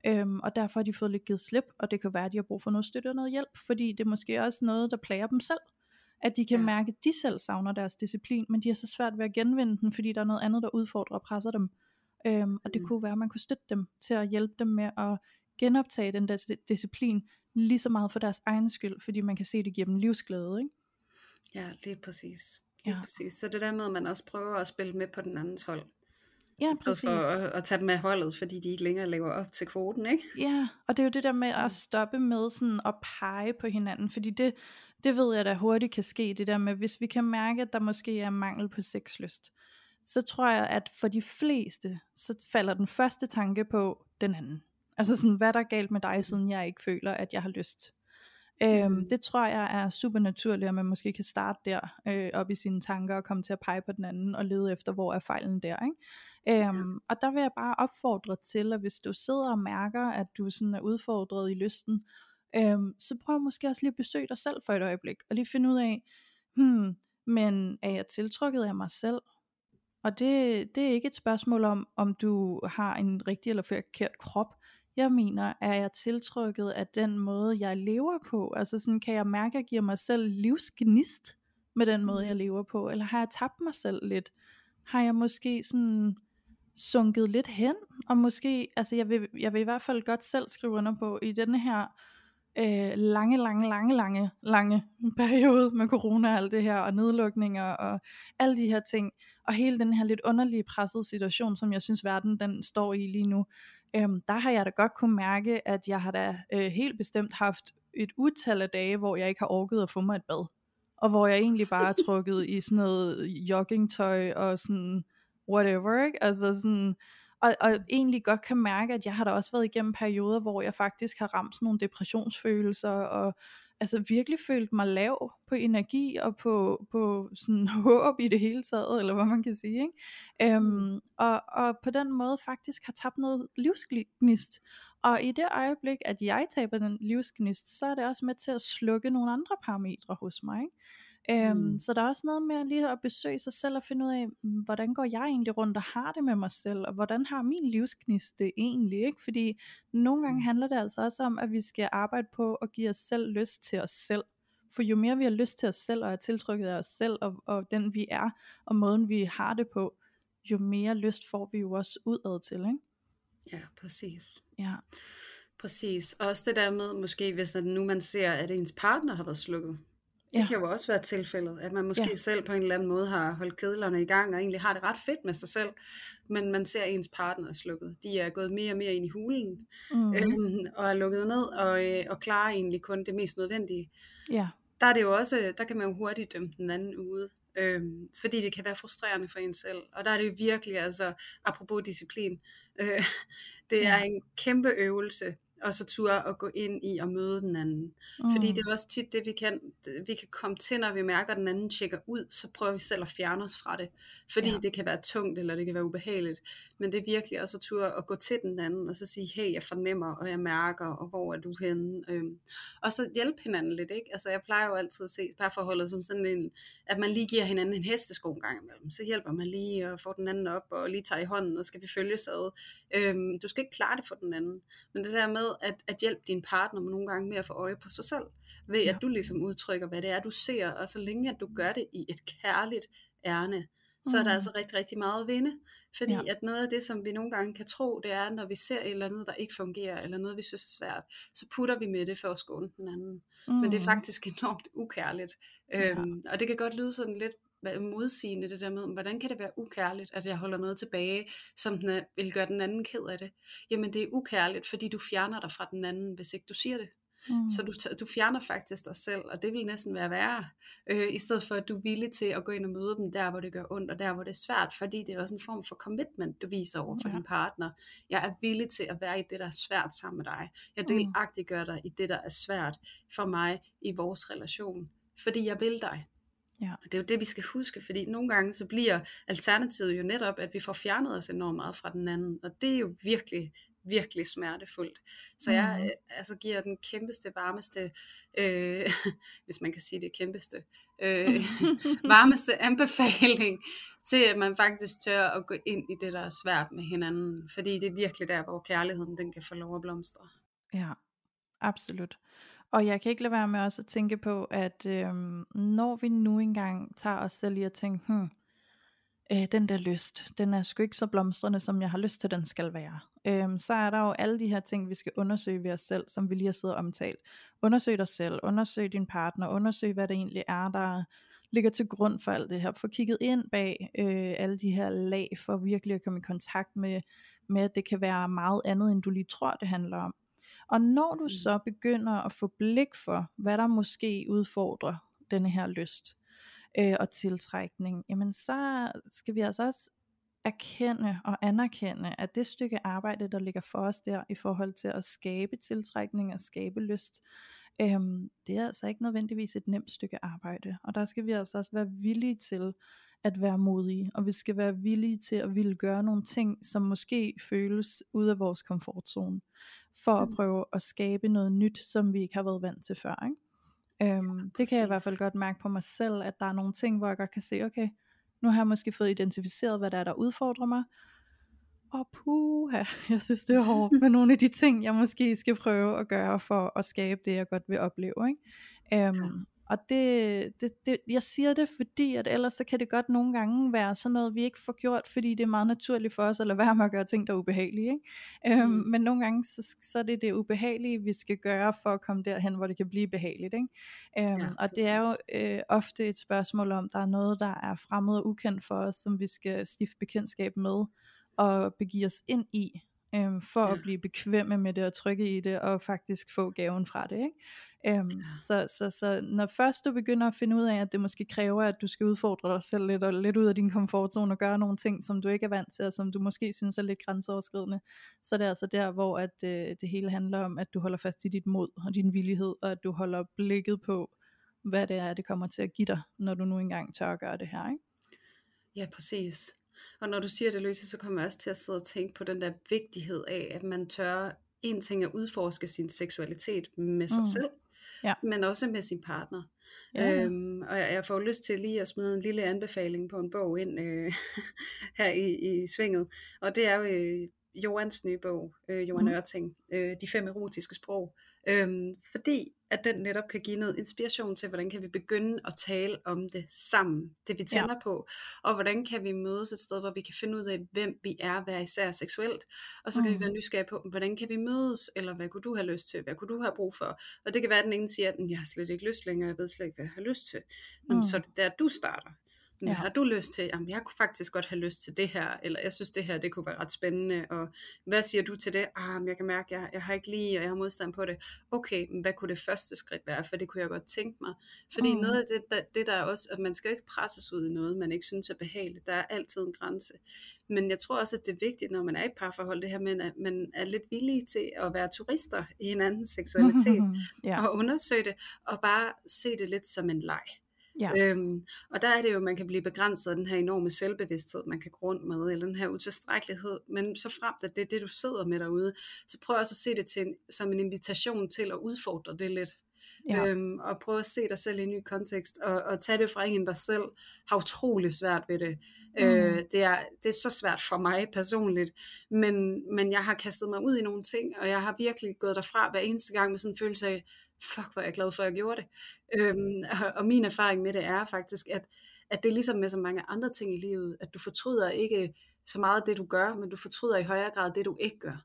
Og derfor har de fået lidt givet slip, og det kan være, at de har brug for noget støtte og noget hjælp, fordi det er måske også noget, der plager dem selv. At de kan mærke, at de selv savner deres disciplin, men de har så svært ved at genvinde den, fordi der er noget andet, der udfordrer og presser dem. Og det kunne være, at man kunne støtte dem til at hjælpe dem med at genoptage den der disciplin, lige så meget for deres egen skyld, fordi man kan se, at det giver dem livsglæde, ikke? Ja, det er præcis. Præcis. Så det der med, at man også prøver at spille med på den andens hold. Ja, i stedet for at tage dem med holdet, fordi de ikke længere lever op til kvoten, ikke? Ja, og det er jo det der med at stoppe med sådan at pege på hinanden, fordi det ved jeg da hurtigt kan ske, det der med, hvis vi kan mærke, at der måske er mangel på sexlyst, så tror jeg, at for de fleste, så falder den første tanke på den anden. Altså sådan, hvad der er galt med dig, siden jeg ikke føler, at jeg har lyst. Det tror jeg er super naturligt, at man måske kan starte der op i sine tanker og komme til at pege på den anden og lede efter, hvor er fejlen der, ikke? Og der vil jeg bare opfordre til, at hvis du sidder og mærker, at du sådan er udfordret i lysten, så prøv måske også lige at besøge dig selv for et øjeblik, og lige finde ud af, men er jeg tiltrukket af mig selv? Og det er ikke et spørgsmål om du har en rigtig eller forkert krop. Jeg mener, er jeg tiltrykket af den måde, jeg lever på? Altså sådan, kan jeg mærke, at jeg giver mig selv livsgnist med den måde, jeg lever på? Eller har jeg tabt mig selv lidt? Har jeg måske sådan sunket lidt hen? Og måske, altså jeg vil i hvert fald godt selv skrive under på, i denne her lange periode med corona og alt det her, og nedlukninger og alle de her ting, og hele den her lidt underlige pressede situation, som jeg synes verden den står i lige nu, der har jeg da godt kunne mærke, at jeg har da helt bestemt haft et utal af dage, hvor jeg ikke har orket at få mig et bad, og hvor jeg egentlig bare er trukket i sådan noget joggingtøj og sådan whatever, ikke? Altså sådan, og egentlig godt kan mærke, at jeg har da også været igennem perioder, hvor jeg faktisk har ramt sådan nogle depressionsfølelser, og altså virkelig følt mig lav på energi, og på sådan håb i det hele taget, eller hvad man kan sige, ikke? Og på den måde faktisk har tabt noget livsgnist, og i det øjeblik, at jeg taber den livsgnist, så er det også med til at slukke nogle andre parametre hos mig, ikke? Så der er også noget med lige at besøge sig selv og finde ud af, hvordan går jeg egentlig rundt og har det med mig selv, og hvordan har min livsgnist det egentlig, ikke? Fordi nogle gange handler det altså også om, at vi skal arbejde på at give os selv lyst til os selv. For jo mere vi har lyst til os selv, og er tiltrykket af os selv, og den vi er, og måden vi har det på, jo mere lyst får vi jo også udad til, ikke? Ja, præcis. Ja. Præcis. Og også det der med, måske hvis nu man ser, at ens partner har været slukket. Det kan jo også være tilfældet, at man måske selv på en eller anden måde har holdt kedlerne i gang, og egentlig har det ret fedt med sig selv, men man ser, at ens partner er slukket. De er gået mere og mere ind i hulen, og er lukket ned, og klarer egentlig kun det mest nødvendige. Ja. Der er det jo også, der kan man jo hurtigt dømme den anden ude, fordi det kan være frustrerende for en selv. Og der er det jo virkelig, altså apropos disciplin, det er en kæmpe øvelse, og så turde at gå ind i og møde den anden. Fordi det er også tit det, vi kan komme til, når vi mærker, at den anden tjekker ud, så prøver vi selv at fjerne os fra det. Fordi det kan være tungt, eller det kan være ubehageligt. Men det er virkelig også at turde at gå til den anden, og så sige, hey, jeg fornemmer, og jeg mærker, og hvor er du henne? Og så hjælpe hinanden lidt, ikke? Altså jeg plejer jo altid at se parforholdet som sådan en, at man lige giver hinanden en hestesko en gang imellem. Så hjælper man lige og får den anden op, og lige tager i hånden, og skal vi følges ad. Du skal ikke klare det for den anden. Men det der med, at hjælpe din partner nogle gange med at få øje på sig selv, ved at du ligesom udtrykker, hvad det er, du ser, og så længe at du gør det i et kærligt ærne, så er der altså rigtig, rigtig meget at vinde. Fordi at noget af det, som vi nogle gange kan tro, det er, når vi ser et eller andet, der ikke fungerer, eller noget, vi synes er svært, så putter vi med det for at skåne den anden. Men det er faktisk enormt ukærligt. Og det kan godt lyde sådan lidt modsigende, det der med, hvordan kan det være ukærligt, at jeg holder noget tilbage, som vil gøre den anden ked af det? Jamen det er ukærligt, fordi du fjerner dig fra den anden, hvis ikke du siger det. Så du fjerner faktisk dig selv, og det vil næsten være værre, i stedet for at du er villig til at gå ind og møde dem der, hvor det gør ondt, og der, hvor det er svært, fordi det er også en form for commitment, du viser over for din partner. Jeg er villig til at være i det, der er svært sammen med dig. Jeg delagtiggør dig i det, der er svært for mig i vores relation, fordi jeg vil dig. Ja. Og det er jo det, vi skal huske, fordi nogle gange så bliver alternativet jo netop, at vi får fjernet os enormt meget fra den anden, og det er jo virkelig, virkelig smertefuldt. Så jeg altså giver den kæmpeste, varmeste, hvis man kan sige det kæmpeste, varmeste anbefaling til, at man faktisk tør at gå ind i det, der er svært med hinanden, fordi det er virkelig der, hvor kærligheden den kan få lov at blomstre. Ja, absolut. Og jeg kan ikke lade være med også at tænke på, at når vi nu engang tager os selv i at tænke, den der lyst, den er sgu ikke så blomstrende, som jeg har lyst til, den skal være. Så er der jo alle de her ting, vi skal undersøge ved os selv, som vi lige har siddet og omtalt. Undersøg dig selv, undersøg din partner, undersøg hvad det egentlig er, der ligger til grund for alt det her. Få kigget ind bag alle de her lag, for virkelig at komme i kontakt med, at det kan være meget andet, end du lige tror, det handler om. Og når du så begynder at få blik for, hvad der måske udfordrer denne her lyst og tiltrækning, jamen så skal vi altså også erkende og anerkende, at det stykke arbejde, der ligger for os der, i forhold til at skabe tiltrækning og skabe lyst, det er altså ikke nødvendigvis et nemt stykke arbejde, og der skal vi altså også være villige til at være modige, og vi skal være villige til at ville gøre nogle ting, som måske føles ude af vores komfortzone, for at prøve at skabe noget nyt, som vi ikke har været vant til før, ikke? Det kan jeg i hvert fald godt mærke på mig selv, at der er nogle ting, hvor jeg godt kan se, okay, nu har jeg måske fået identificeret, hvad der udfordrer mig, og puha, jeg synes det er hårdt med nogle af de ting, jeg måske skal prøve at gøre, for at skabe det, jeg godt vil opleve, ikke? Og jeg siger det, fordi at ellers så kan det godt nogle gange være sådan noget, vi ikke får gjort, fordi det er meget naturligt for os, at lade være med at gøre ting, der er ubehagelige, ikke? Men nogle gange, så er det ubehagelige, vi skal gøre, for at komme derhen, hvor det kan blive behageligt, ikke? Og det er jo ofte et spørgsmål om, der er noget, der er fremmed og ukendt for os, som vi skal stifte bekendtskab med, og begive os ind i, for at blive bekvemme med det, og trygge i det, og faktisk få gaven fra det, ikke? Så når først du begynder at finde ud af, at det måske kræver, at du skal udfordre dig selv lidt, og lidt ud af din komfortzone, og gøre nogle ting, som du ikke er vant til, og som du måske synes er lidt grænseoverskridende, så det er altså der, hvor at, det hele handler om, at du holder fast i dit mod, og din villighed, og at du holder blikket på, hvad det er, det kommer til at give dig, når du nu engang tør at gøre det her, ikke? Ja, præcis. Og når du siger det, Louise, så kommer jeg også til at sidde og tænke på den der vigtighed af, at man tør en ting at udforske sin seksualitet med sig selv, men også med sin partner. Og jeg får lyst til lige at smide en lille anbefaling på en bog ind her i svinget, og det er jo Johans nye bog, Johan Ørting, De 5 erotiske sprog, fordi at den netop kan give noget inspiration til, hvordan kan vi begynde at tale om det sammen, det vi tænder på, og hvordan kan vi mødes et sted, hvor vi kan finde ud af, hvem vi er hver især seksuelt, og så kan vi være nysgerrige på, hvordan kan vi mødes, eller hvad kunne du have lyst til, hvad kunne du have brug for, og det kan være, at den ene siger, at jeg har slet ikke lyst længere, jeg ved slet ikke, hvad jeg har lyst til, så det er der, du starter. Hvad har du lyst til? Jamen, jeg kunne faktisk godt have lyst til det her, eller jeg synes det her, det kunne være ret spændende, og hvad siger du til det? Men jeg kan mærke, jeg har ikke lige, og jeg har modstand på det. Okay, men hvad kunne det første skridt være? For det kunne jeg godt tænke mig. Fordi noget af det der er også, at man skal ikke presses ud i noget, man ikke synes er behageligt. Der er altid en grænse. Men jeg tror også, at det er vigtigt, når man er i et parforhold, det her med, at man er lidt villig til at være turister i hinandens seksualitet, og undersøge det, og bare se det lidt som en leg. Og der er det jo, man kan blive begrænset af den her enorme selvbevidsthed, man kan gå rundt med, eller den her utilstrækkelighed, men så frem at det er det, du sidder med derude, så prøv også at se det som en invitation til at udfordre det lidt, og prøve at se dig selv i en ny kontekst, og tage det fra en, der selv har utrolig svært ved det. Det er så svært for mig personligt, men jeg har kastet mig ud i nogle ting, og jeg har virkelig gået derfra hver eneste gang med sådan en følelse af, fuck, hvor er jeg glad for, at jeg gjorde det. Og min erfaring med det er faktisk, at det er ligesom med så mange andre ting i livet, at du fortryder ikke så meget det, du gør, men du fortryder i højere grad det, du ikke gør.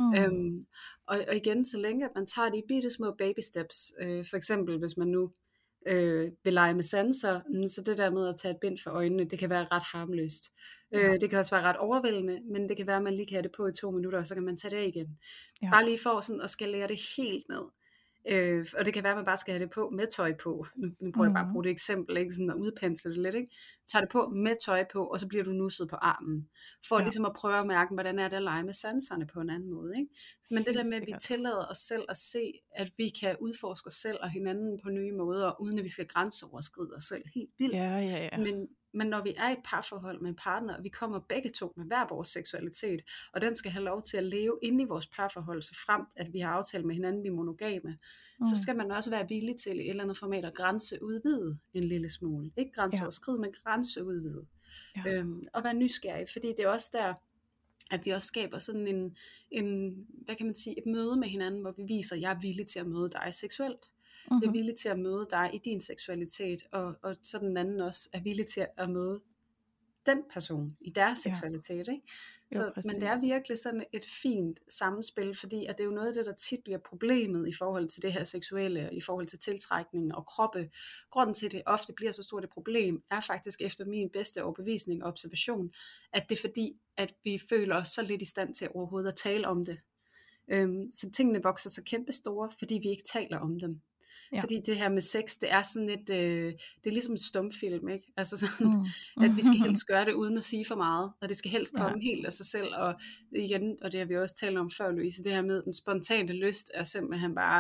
Og igen, så længe at man tager de bitte små baby steps, for eksempel hvis man nu vil lege med sanser, så det der med at tage et bind for øjnene, det kan være ret harmløst. Det kan også være ret overvældende, men det kan være, at man lige kan have det på i 2 minutter, og så kan man tage det af igen. Bare lige for sådan at skalere det helt ned. Og det kan være, at man bare skal have det på med tøj på. Nu prøver jeg bare at bruge det eksempel, ikke? Sådan at udpensle det lidt, ikke? Tag det på med tøj på, og så bliver du nusset på armen. For ligesom at prøve at mærke, hvordan er det at lege med sanserne på en anden måde, ikke? Men det der med, at vi tillader os selv at se, at vi kan udforske os selv og hinanden på nye måder, uden at vi skal grænseoverskride os selv helt vildt. Men når vi er i et parforhold med en partner, og vi kommer begge to med hver vores seksualitet, og den skal have lov til at leve inde i vores parforhold, så fremt at vi har aftalt med hinanden, vi er monogame, så skal man også være villig til i et eller andet format at grænseudvide en lille smule. Ikke grænseoverskride, men grænseudvide. Og være nysgerrig, fordi det er også der, at vi også skaber sådan en hvad kan man sige, et møde med hinanden, hvor vi viser, at jeg er villig til at møde dig seksuelt. Jeg er villig til at møde dig i din seksualitet, og så den anden også er villig til at møde den person i deres seksualitet, ikke? Men det er virkelig sådan et fint sammenspil, fordi at det er jo noget af det, der tit bliver problemet i forhold til det her seksuelle, i forhold til tiltrækning og kroppe. Grunden til, at det ofte bliver så stort et problem, er faktisk efter min bedste overbevisning og observation, at det er fordi, at vi føler os så lidt i stand til overhovedet at tale om det. Så tingene vokser så kæmpe store, fordi vi ikke taler om dem. Fordi det her med sex, det er sådan et, det er ligesom en stumfilm, ikke? Altså sådan, at vi skal helst gøre det uden at sige for meget, og det skal helst komme helt af sig selv, og igen, og det har vi også talt om før, Louise, det her med den spontane lyst er simpelthen bare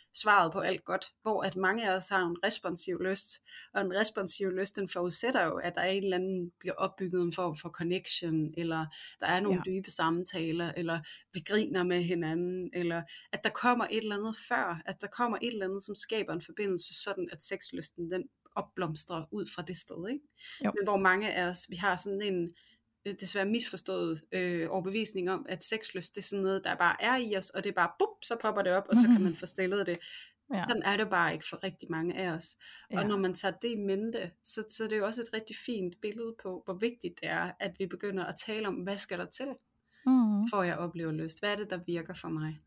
svaret på alt godt, hvor at mange af os har en responsiv lyst, og en responsiv lyst, den forudsætter jo, at der er en eller anden, bliver opbygget en form for connection, eller der er nogle dybe samtaler, eller vi griner med hinanden, eller at der kommer et eller andet før, at der kommer et eller andet, som skaber en forbindelse, sådan at sexlysten, den opblomstrer ud fra det sted, ikke? Men hvor mange af os, vi har sådan en desværre misforstået overbevisning om, at sexlyst, det er sådan noget, der bare er i os, og det er bare, bup, så popper det op, og så kan man få stillet det. Sådan er det bare ikke for rigtig mange af os. Og når man tager det i mente, så er det jo også et rigtig fint billede på, hvor vigtigt det er, at vi begynder at tale om, hvad skal der til, for at jeg oplever lyst? Hvad er det, der virker for mig?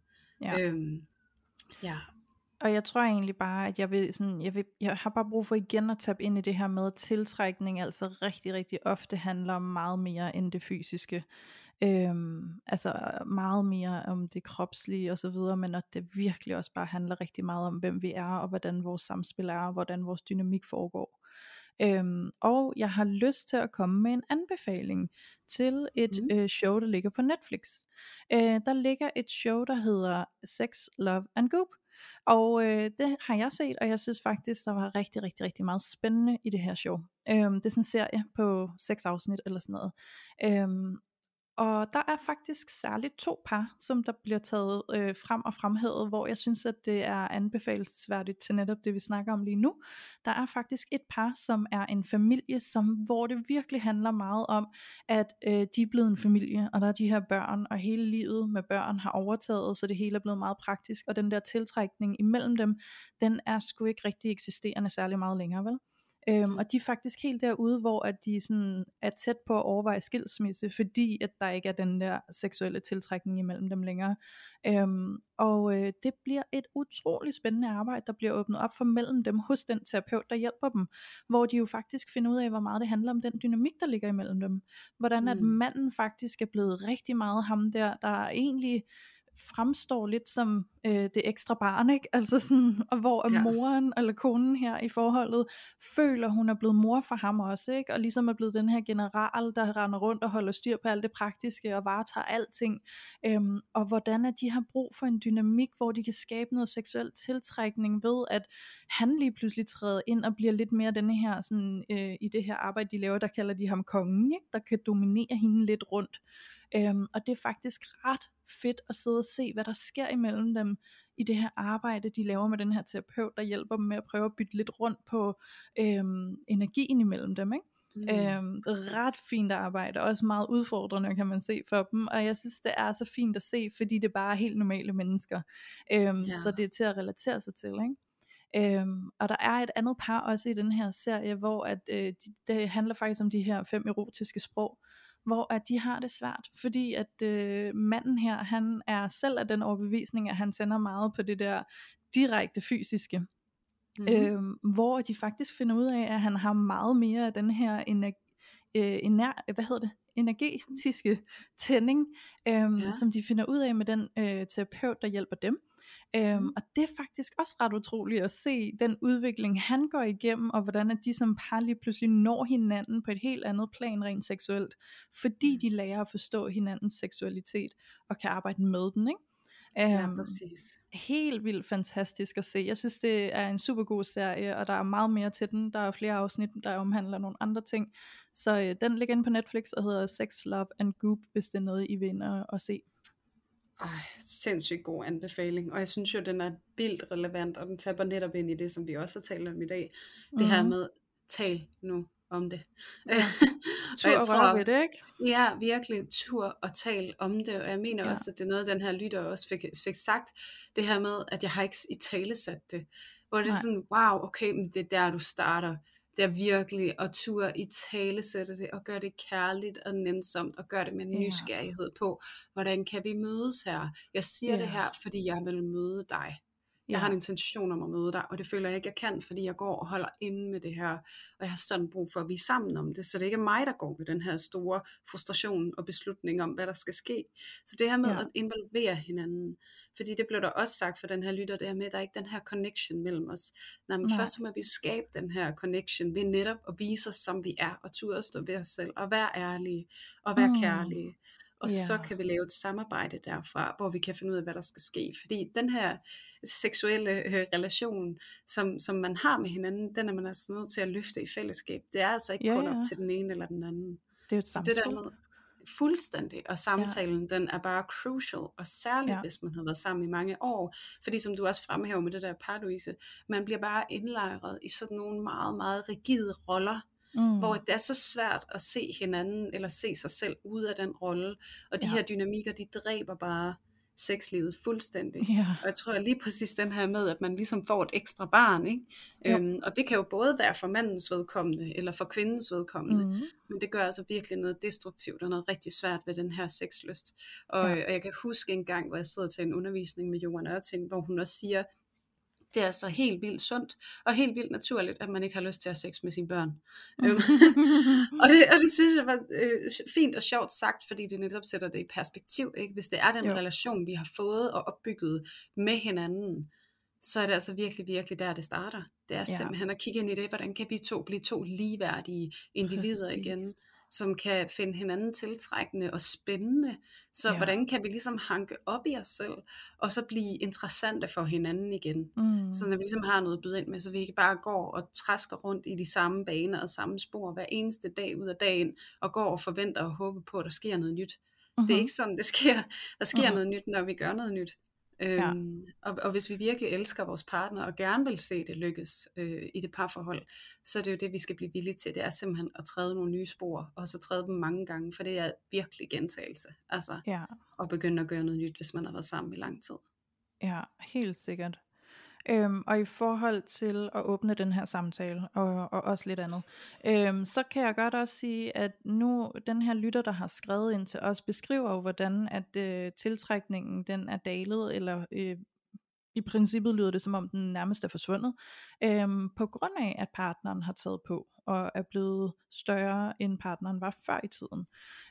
Og jeg tror egentlig bare, at jeg har bare brug for igen at tabe ind i det her med, at tiltrækning altså rigtig, rigtig ofte handler om meget mere end det fysiske. Altså meget mere om det kropslige og så videre, men at det virkelig også bare handler rigtig meget om, hvem vi er, og hvordan vores samspil er, og hvordan vores dynamik foregår. Og jeg har lyst til at komme med en anbefaling til et show, der ligger på Netflix. Der ligger et show, der hedder Sex, Love and Goop. Og det har jeg set, og jeg synes faktisk, der var rigtig, rigtig, rigtig meget spændende i det her show. Det er sådan en serie på 6 afsnit eller sådan noget. Og der er faktisk særligt 2 par, som der bliver taget frem og fremhævet, hvor jeg synes, at det er anbefalelsesværdigt til netop det, vi snakker om lige nu. Der er faktisk et par, som er en familie, hvor det virkelig handler meget om, at de er blevet en familie, og der er de her børn, og hele livet med børn har overtaget, så det hele er blevet meget praktisk, og den der tiltrækning imellem dem, den er sgu ikke rigtig eksisterende særlig meget længere, vel? Og de er faktisk helt derude, hvor at de sådan er tæt på at overveje skilsmisse, fordi at der ikke er den der seksuelle tiltrækning imellem dem længere. Det bliver et utroligt spændende arbejde, der bliver åbnet op for mellem dem hos den terapeut, der hjælper dem, hvor de jo faktisk finder ud af, hvor meget det handler om den dynamik, der ligger imellem dem. Hvordan at manden faktisk er blevet rigtig meget ham der egentlig fremstår lidt som det ekstra barn, ikke? Altså sådan, og hvor moren eller konen her i forholdet føler, hun er blevet mor for ham også, ikke? Og ligesom er blevet den her general, der render rundt og holder styr på alt det praktiske og varetager alting. Og hvordan at de har brug for en dynamik, hvor de kan skabe noget seksuel tiltrækning ved, at han lige pludselig træder ind og bliver lidt mere denne her sådan, i det her arbejde, de laver, der kalder de ham kongen, ikke? Der kan dominere hende lidt rundt. Og det er faktisk ret fedt at sidde og se, hvad der sker imellem dem i det her arbejde, de laver med den her terapeut, der hjælper dem med at prøve at bytte lidt rundt på energien imellem dem, ikke? Ret fint arbejde, også meget udfordrende kan man se for dem, og jeg synes det er så fint at se, fordi det bare er helt normale mennesker, så det er til at relatere sig til, ikke? Og der er et andet par også i den her serie, hvor at, det handler faktisk om de her 5 erotiske sprog, hvor at de har det svært, fordi at manden her, han er selv af den overbevisning, at han sender meget på det der direkte fysiske, hvor de faktisk finder ud af, at han har meget mere af den her energetiske tænding, som de finder ud af med den terapeut, der hjælper dem. Og det er faktisk også ret utroligt at se den udvikling han går igennem, og hvordan at de som par lige pludselig når hinanden på et helt andet plan rent seksuelt, fordi de lærer at forstå hinandens seksualitet og kan arbejde med den, ikke? Præcis. Helt vildt fantastisk at se. Jeg synes det er en super god serie, og der er meget mere til den. Der er flere afsnit, der omhandler nogle andre ting, så den ligger inde på Netflix og hedder Sex, Love and Goop, hvis det er noget I vil ind og se. Sindssygt god anbefaling, og jeg synes jo den er vildt relevant, og den tapper netop ind i det, som vi også har talt om i dag, det her med, tal nu om det. Tur og røre ved det, ikke? Ja, virkelig tur og tal om det, og jeg mener også, at det er noget, den her lytter også fik sagt, det her med, at jeg har ikke i tale sat det, hvor det er sådan, wow, okay, men det er der du starter, det er virkelig at turde i tale sætte det, og gøre det kærligt og nænsomt, og gøre det med nysgerrighed på, hvordan kan vi mødes her? Jeg siger det her, fordi jeg vil møde dig. Jeg har en intention om at møde dig, og det føler jeg ikke, jeg kan, fordi jeg går og holder inde med det her, og jeg har sådan brug for, at vi er sammen om det, så det ikke er mig, der går med den her store frustration og beslutning om, hvad der skal ske. Så det her med at involvere hinanden, fordi det blev der også sagt for den her lytter, det her med, at der er ikke den her connection mellem os. Men først må vi skabe den her connection ved netop at vise os, som vi er, og turde stå ved os selv, og være ærlige, og være kærlige. og så kan vi lave et samarbejde derfra, hvor vi kan finde ud af, hvad der skal ske. Fordi den her seksuelle relation, som man har med hinanden, den er man altså nødt til at løfte i fællesskab. Det er altså ikke kun op til den ene eller den anden. Det er et Så det der samspil. med fuldstændig, og samtalen, den er bare crucial, og særligt hvis man har været sammen i mange år, fordi som du også fremhæver med det der par, Louise, man bliver bare indlejret i sådan nogle meget, meget rigide roller, hvor det er så svært at se hinanden, eller se sig selv ud af den rolle, og de her dynamikker, de dræber bare sexlivet fuldstændig. Og jeg tror lige præcis den her med, at man ligesom får et ekstra barn, ikke? Og det kan jo både være for mandens vedkommende, eller for kvindens vedkommende, men det gør altså virkelig noget destruktivt, og noget rigtig svært ved den her sexlyst. Og jeg kan huske en gang, hvor jeg sidder til en undervisning med Johan Ørting, hvor hun også siger, det er altså helt vildt sundt, og helt vildt naturligt, at man ikke har lyst til at have sex med sine børn. og det synes jeg var fint og sjovt sagt, fordi det netop sætter det i perspektiv, ikke? Hvis det er den relation, vi har fået og opbygget med hinanden, så er det altså virkelig, virkelig der, det starter. Det er simpelthen at kigge ind i det, hvordan kan vi blive to ligeværdige individer igen, som kan finde hinanden tiltrækkende og spændende. Så hvordan kan vi ligesom hanke op i os selv, og så blive interessante for hinanden igen. Så når vi ligesom har noget at byde ind med, så vi ikke bare går og træsker rundt i de samme baner og samme spor hver eneste dag ud af dagen, og går og forventer og håber på, at der sker noget nyt. Det er ikke sådan, det sker. Der sker noget nyt, når vi gør noget nyt. Og hvis vi virkelig elsker vores partner og gerne vil se det lykkes i det parforhold, så er det jo det, vi skal blive villige til. Det er simpelthen at træde nogle nye spor, og så træde dem mange gange, for det er virkelig gentagelse. Altså at begynde at gøre noget nyt, hvis man har været sammen i lang tid. Ja, helt sikkert. Og i forhold til at åbne den her samtale, og også lidt andet, så kan jeg godt også sige, at nu den her lytter, der har skrevet ind til os, beskriver jo, hvordan at tiltrækningen den er dalet, eller i princippet lyder det som om den nærmest er forsvundet, på grund af at partneren har taget på, og er blevet større end partneren var før i tiden.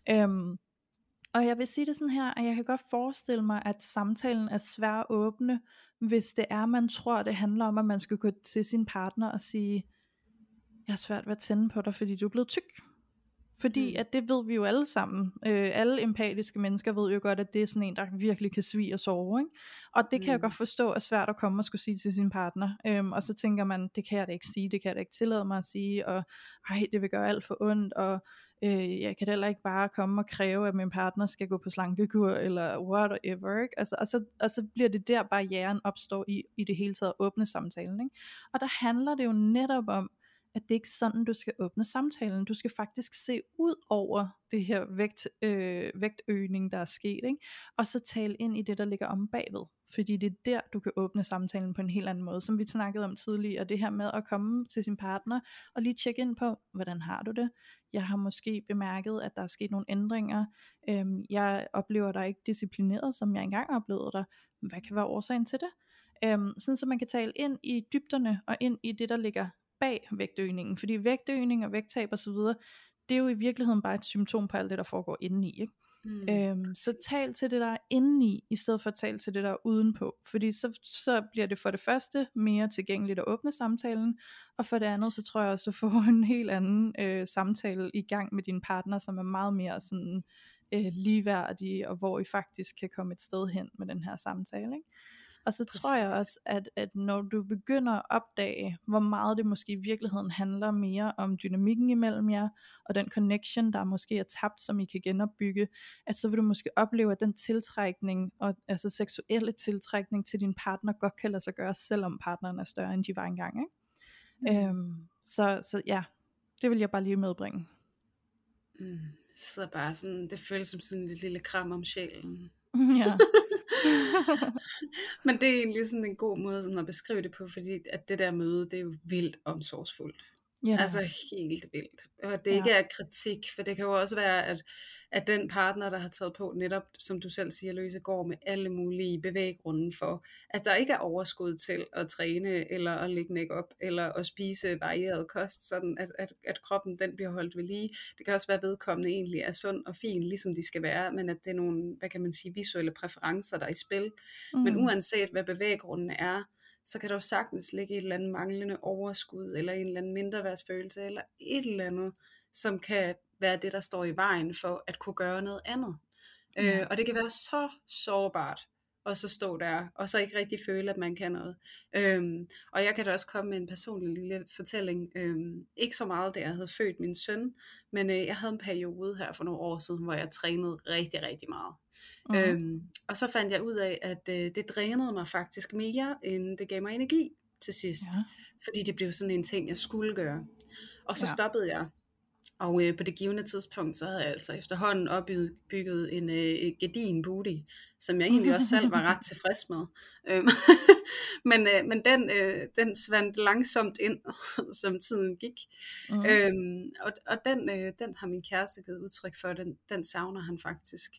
Og jeg vil sige det sådan her, at jeg kan godt forestille mig, at samtalen er svær at åbne, hvis det er, man tror, det handler om, at man skal gå til sin partner og sige, jeg har svært ved at tænde på dig, fordi du er blevet tyk. Fordi at det ved vi jo alle sammen. Alle empatiske mennesker ved jo godt, at det er sådan en, der virkelig kan svige og sove. Ikke? Og det kan jeg godt forstå er svært at komme og skulle sige til sin partner. Og så tænker man, det kan jeg da ikke sige, det kan jeg da ikke tillade mig at sige. Og det vil gøre alt for ondt. Og jeg kan da heller ikke bare komme og kræve, at min partner skal gå på slankekur, eller whatever. Ikke? Altså, og så bliver det der barrieren opstår i det hele taget at åbne samtalen. Ikke? Og der handler det jo netop om, at det ikke er sådan, du skal åbne samtalen. Du skal faktisk se ud over det her vægtøgning, der er sket, ikke? Og så tale ind i det, der ligger om bagved. Fordi det er der, du kan åbne samtalen på en helt anden måde, som vi snakkede om tidligere. Det her med at komme til sin partner og lige tjekke ind på, hvordan har du det? Jeg har måske bemærket, at der er sket nogle ændringer. Jeg oplever dig ikke disciplineret, som jeg engang oplevede dig. Hvad kan være årsagen til det? Sådan så man kan tale ind i dybderne og ind i det, der ligger bag vægtøgningen, fordi vægtøgning og vægttab og så videre, det er jo i virkeligheden bare et symptom på alt det, der foregår indeni, ikke? Så tal til det, der er indeni, i stedet for at tale til det, der er udenpå, fordi så bliver det for det første mere tilgængeligt at åbne samtalen, og for det andet, så tror jeg også, du får en helt anden samtale i gang med din partner, som er meget mere sådan ligeværdig, og hvor I faktisk kan komme et sted hen med den her samtale, ikke? Og så tror jeg også, at når du begynder at opdage, hvor meget det måske i virkeligheden handler mere om dynamikken imellem jer, og den connection, der måske er tabt, som I kan genopbygge, at så vil du måske opleve, at den tiltrækning, og altså seksuelle tiltrækning til din partner, godt kan lade sig gøre, selvom partneren er større, end de var engang, ikke? Så ja, det vil jeg bare lige medbringe. Så bare sådan, det føles som sådan et lille kram om sjælen. Ja. Men det er egentlig sådan en god måde sådan at beskrive det på, fordi at det der møde, det er jo vildt omsorgsfuldt. Altså helt vildt. Og det ikke er kritik, for det kan jo også være, at den partner, der har taget på netop, som du selv siger, Louise, går med alle mulige bevæggrunden for, at der ikke er overskud til at træne, eller at lægge make-up, eller at spise varieret kost, sådan at kroppen den bliver holdt ved lige. Det kan også være, at vedkommende egentlig er sund og fin, ligesom de skal være, men at det er nogle, hvad kan man sige, visuelle præferencer, der er i spil. Men uanset hvad bevæggrunden er, så kan der jo sagtens ligge et eller andet manglende overskud, eller en eller anden mindreværdsfølelse, eller et eller andet, som kan være det, der står i vejen for at kunne gøre noget andet. Og det kan være så sårbart, og så stå der, og så ikke rigtig føle, at man kan noget. Og jeg kan da også komme med en personlig lille fortælling. Ikke så meget, da jeg havde født min søn, men jeg havde en periode her for nogle år siden, hvor jeg trænede rigtig, rigtig meget. Og så fandt jeg ud af, at det drænede mig faktisk mere, end det gav mig energi til sidst. Ja. Fordi det blev sådan en ting, jeg skulle gøre. Og så stoppede jeg. Og på det givende tidspunkt, så havde jeg altså efterhånden opbygget en gedigen booty, som jeg egentlig også selv var ret tilfreds med. Men den svandt langsomt ind, som tiden gik. Og den har min kæreste givet udtryk for, den savner han faktisk.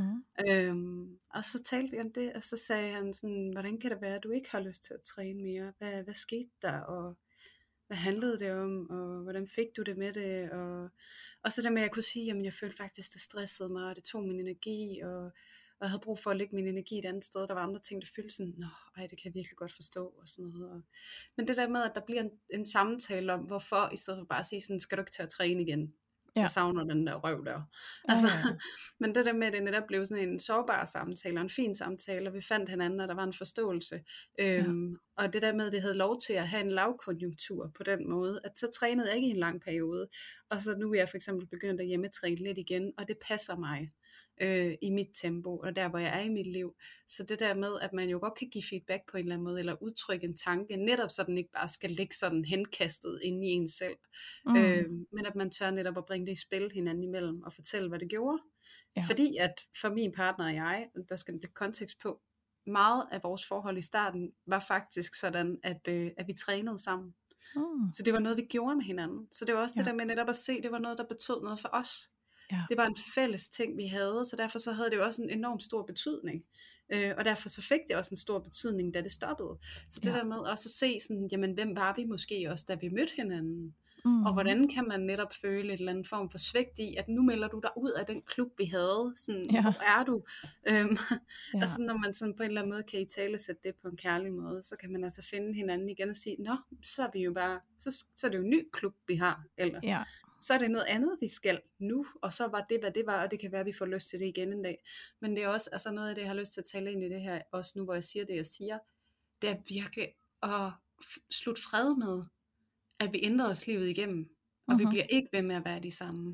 Og så talte vi om det, og så sagde han sådan, hvordan kan det være, at du ikke har lyst til at træne mere? Hvad skete der? Og hvad handlede det om, og hvordan fik du det med det, og så der med at jeg kunne sige, jamen jeg følte faktisk, det stressede mig, og det tog min energi, og jeg havde brug for at lægge min energi et andet sted. Der var andre ting, der følte sådan, det kan jeg virkelig godt forstå, og sådan noget. Men det der med, at der bliver en samtale om, hvorfor, i stedet for bare at sige sådan, skal du ikke til at træne igen? Jeg savner den der røv der. Men det der med, at det netop blev sådan en sårbar samtale, og en fin samtale, og vi fandt hinanden, og der var en forståelse. Og det der med, at det havde lov til at have en lavkonjunktur på den måde, at så trænede jeg ikke i en lang periode, og så nu er jeg for eksempel begyndt at hjemmetræne lidt igen, og det passer mig i mit tempo, og der hvor jeg er i mit liv. Så det der med, at man jo godt kan give feedback på en eller anden måde, eller udtrykke en tanke, netop så den ikke bare skal ligge sådan henkastet inde i en selv, men at man tør netop at bringe det i spil hinanden imellem, og fortælle hvad det gjorde. Fordi at for min partner og jeg, der skal lidt kontekst på, meget af vores forhold i starten var faktisk sådan, at vi trænede sammen. Så det var noget vi gjorde med hinanden. Så det var også det der med netop at se, det var noget der betød noget for os. Det var en fælles ting vi havde, så derfor så havde det jo også en enorm stor betydning, og derfor så fik det også en stor betydning da det stoppede. Så det der med også at se sådan, jamen hvem var vi måske også da vi mødte hinanden, og hvordan kan man netop føle et eller andet form for svigt i, at nu melder du dig ud af den klub vi havde, sådan, hvor er du? Altså når man sådan på en eller anden måde kan italesætte det på en kærlig måde, så kan man altså finde hinanden igen og sige, så er vi jo bare, så er det jo en ny klub vi har, eller så er det noget andet vi skal nu, og så var det hvad det var, og det kan være at vi får lyst til det igen en dag. Men det er også altså noget af det jeg har lyst til at tale ind i det her, også nu hvor jeg siger det jeg siger, det er virkelig at slutte fred med, at vi ændrer os livet igennem, og vi bliver ikke ved med at være de samme.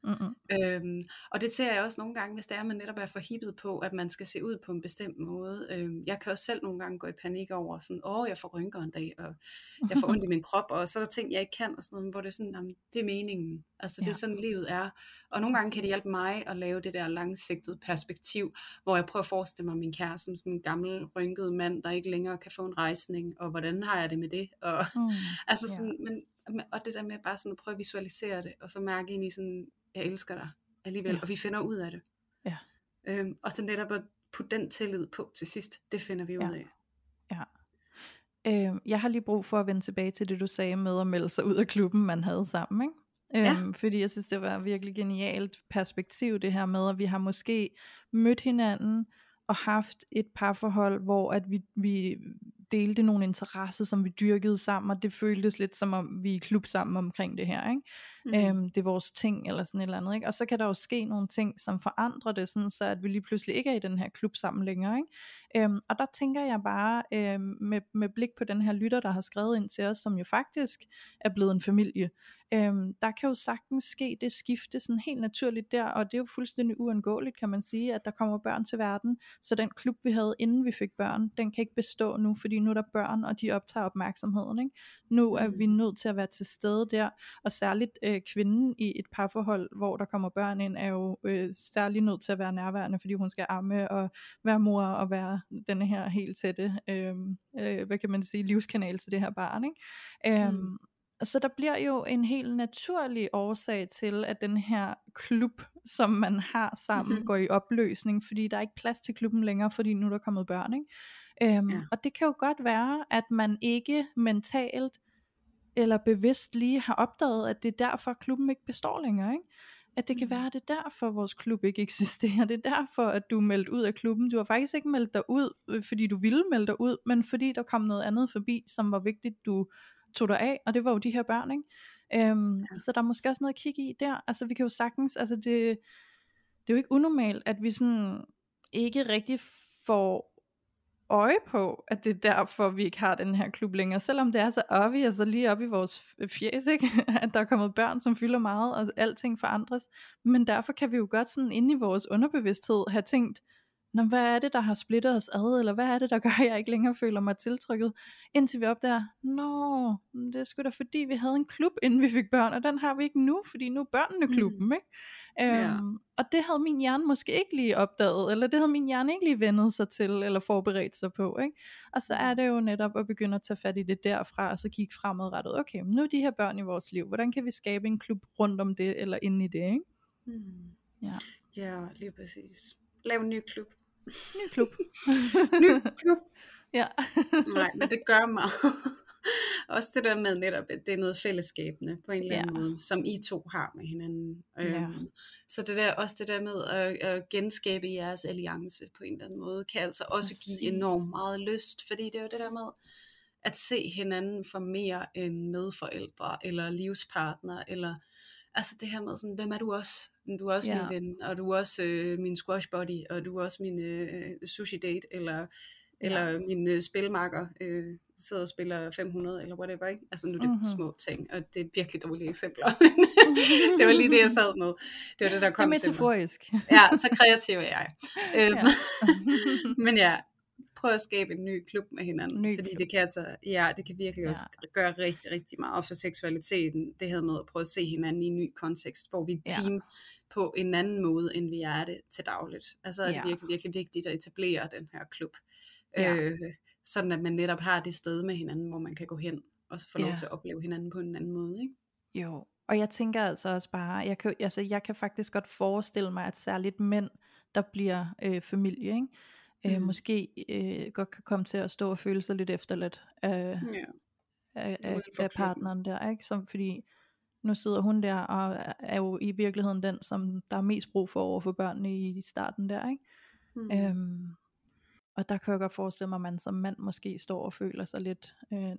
Og det ser jeg også nogle gange, hvis det er, at man netop er forhippet på, at man skal se ud på en bestemt måde. Jeg kan også selv nogle gange gå i panik over sådan, jeg får rynker en dag, og jeg får ondt i min krop, og så er der ting, jeg ikke kan, og sådan noget, hvor det er sådan, jamen, det er meningen. Altså det er sådan livet er. Og nogle gange kan det hjælpe mig at lave det der langsigtede perspektiv, hvor jeg prøver at forestille mig min kæreste som sådan en gammel rynket mand, der ikke længere kan få en rejsning, og hvordan har jeg det med det? Og, altså sådan, og det der med bare sådan at prøve at visualisere det, og så mærke ind i sådan, jeg elsker dig alligevel, og vi finder ud af det. Og så netop at putte den tillid på til sidst, det finder vi ud af. Jeg har lige brug for at vende tilbage til det du sagde med at melde sig ud af klubben man havde sammen, ikke? Fordi jeg synes det var virkelig genialt perspektiv det her med at vi har måske mødt hinanden og haft et parforhold hvor at vi delte nogle interesser som vi dyrkede sammen, og det føltes lidt som om vi er i klub sammen omkring det her, ikke? Det er vores ting eller sådan et eller andet, ikke? Og så kan der jo ske nogle ting som forandrer det sådan, så at vi lige pludselig ikke er i den her klub sammen længere, ikke? Og der tænker jeg bare med blik på den her lytter der har skrevet ind til os, som jo faktisk er blevet en familie, der kan jo sagtens ske det skifte sådan helt naturligt der, og det er jo fuldstændig uundgåeligt kan man sige, at der kommer børn til verden, så den klub vi havde inden vi fik børn, den kan ikke bestå nu, fordi nu er der børn, og de optager opmærksomheden, ikke? Nu er vi nødt til at være til stede der, og særligt kvinden i et parforhold, hvor der kommer børn ind, er jo særligt nødt til at være nærværende, fordi hun skal amme og være mor og være denne her helt tætte, hvad kan man sige, livskanal til det her barn, ikke? Så der bliver jo en helt naturlig årsag til, at den her klub, som man har sammen, går i opløsning, fordi der er ikke plads til klubben længere, fordi nu er der kommet børn, ikke? Og det kan jo godt være, at man ikke mentalt eller bevidst lige har opdaget, at det er derfor, klubben ikke består længere, ikke? At det kan være, at det er derfor, vores klub ikke eksisterer. Det er derfor, at du er meldt ud af klubben. Du har faktisk ikke meldt dig ud, fordi du ville melde dig ud, men fordi der kom noget andet forbi, som var vigtigt, du tog dig af, og det var jo de her børn, ikke? Så der er måske også noget at kigge i der. Altså vi kan jo sagtens, altså det er jo ikke unormalt, at vi sådan ikke rigtig får øje på, at det er derfor, vi ikke har den her klub længere, selvom det er så obvious og lige op i vores fjes, ikke? At der er kommet børn, som fylder meget, og alting forandres, men derfor kan vi jo godt sådan inde i vores underbevidsthed have tænkt, hvad er det, der har splittet os ad, eller hvad er det, der gør, at jeg ikke længere føler mig tiltrykket, indtil vi opdager, det er sgu da fordi, vi havde en klub, inden vi fik børn, og den har vi ikke nu, fordi nu er børnene klubben, ikke? Og det havde min hjerne måske ikke lige opdaget, eller det havde min hjerne ikke lige vendet sig til, eller forberedt sig på, ikke? Og så er det jo netop at begynde at tage fat i det derfra, og så kigge fremadrettet, okay, nu er de her børn i vores liv, hvordan kan vi skabe en klub rundt om det, eller inde i det, ikke? Ja, lige præcis. Lav en ny klub. Ny klub. Ny klub. Ja. Nej, men det gør meget. Også det der med netop, at det er noget fællesskabende på en eller anden måde, som I to har med hinanden. Så også det der med at genskabe jeres alliance på en eller anden måde, kan altså også give enormt meget lyst, fordi det er jo det der med at se hinanden for mere end medforældre, eller livspartner, eller altså det her med sådan, hvem er du også? Du er også min ven, og du er også min squash buddy, og du er også min sushi date, eller min spilmakker sidder og spiller 500 eller whatever, ikke? Altså nu er det små ting, og det er virkelig dårlige eksempler. Det var lige det, jeg sad med. Det var det, der kom til mig. Metaforisk. Ja, så kreativ er jeg. Men ja, prøv at skabe en ny klub med hinanden, fordi det kan altså, det kan virkelig også gøre rigtig, rigtig meget for seksualiteten, det her med at prøve at se hinanden i en ny kontekst, hvor vi er team på en anden måde, end vi er det til dagligt. Altså er det virkelig, virkelig vigtigt at etablere den her klub. Sådan at man netop har det sted med hinanden, hvor man kan gå hen og så få lov til at opleve hinanden på en anden måde, ikke? Jo, og jeg tænker altså også bare, jeg kan faktisk godt forestille mig, at særligt mænd, der bliver familie, ikke? Måske godt kan komme til at stå og føle sig lidt efterladt af partneren der, ikke? Fordi nu sidder hun der og er jo i virkeligheden den, som der er mest brug for over for børnene i starten der, ikke? Og der kan jeg godt forestille mig, at man som mand måske står og føler sig lidt,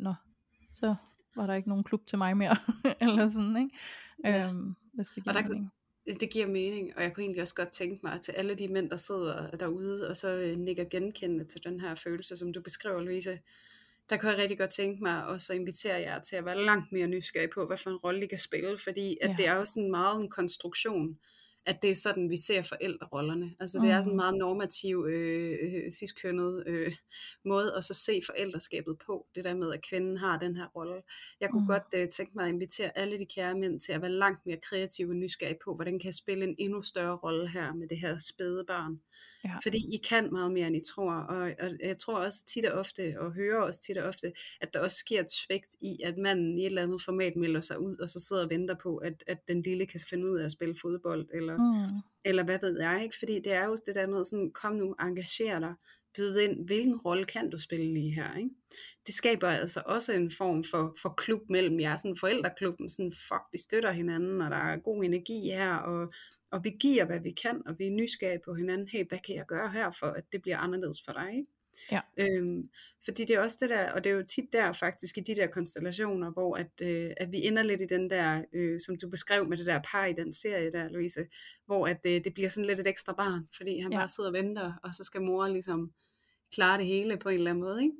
så var der ikke nogen klub til mig mere, eller sådan, ikke? Hvis det giver mening. Det giver mening, og jeg kunne egentlig også godt tænke mig til alle de mænd, der sidder derude, og så nikker genkendende til den her følelse, som du beskriver, Louise. Der kunne jeg rigtig godt tænke mig også at invitere jer til at være langt mere nysgerrige på, hvad for en rolle I kan spille, fordi at det er jo sådan meget en konstruktion, at det er sådan, vi ser forældrerollerne. Altså det er sådan en meget normativ, ciskønnet måde at så se forældreskabet på. Det der med, at kvinden har den her rolle. Jeg kunne godt tænke mig at invitere alle de kære mænd til at være langt mere kreative og nysgerrige på, hvordan kan jeg spille en endnu større rolle her med det her spæde barn. Ja. Fordi I kan meget mere, end I tror. Og jeg tror også tit og ofte, og hører også tit og ofte, at der også sker et svigt i, at manden i et eller andet format melder sig ud, og så sidder og venter på, at den lille kan finde ud af at spille fodbold, eller hvad ved jeg, ikke? Fordi det er jo det der med sådan, kom nu, engager dig, byd ind, hvilken rolle kan du spille lige her, ikke? Det skaber altså også en form for klub mellem jer, sådan forældreklubben, sådan vi støtter hinanden, og der er god energi her, og vi giver, hvad vi kan, og vi er nysgerrige på hinanden, hey, hvad kan jeg gøre her, for at det bliver anderledes for dig, ikke? Ja. Fordi det er også det der, og det er jo tit der faktisk i de der konstellationer, hvor at vi ender lidt i den der, som du beskrev med det der par i den serie der, Louise, hvor at det bliver sådan lidt et ekstra barn, fordi han bare sidder og venter, og så skal mor ligesom klare det hele på en eller anden måde, ikke?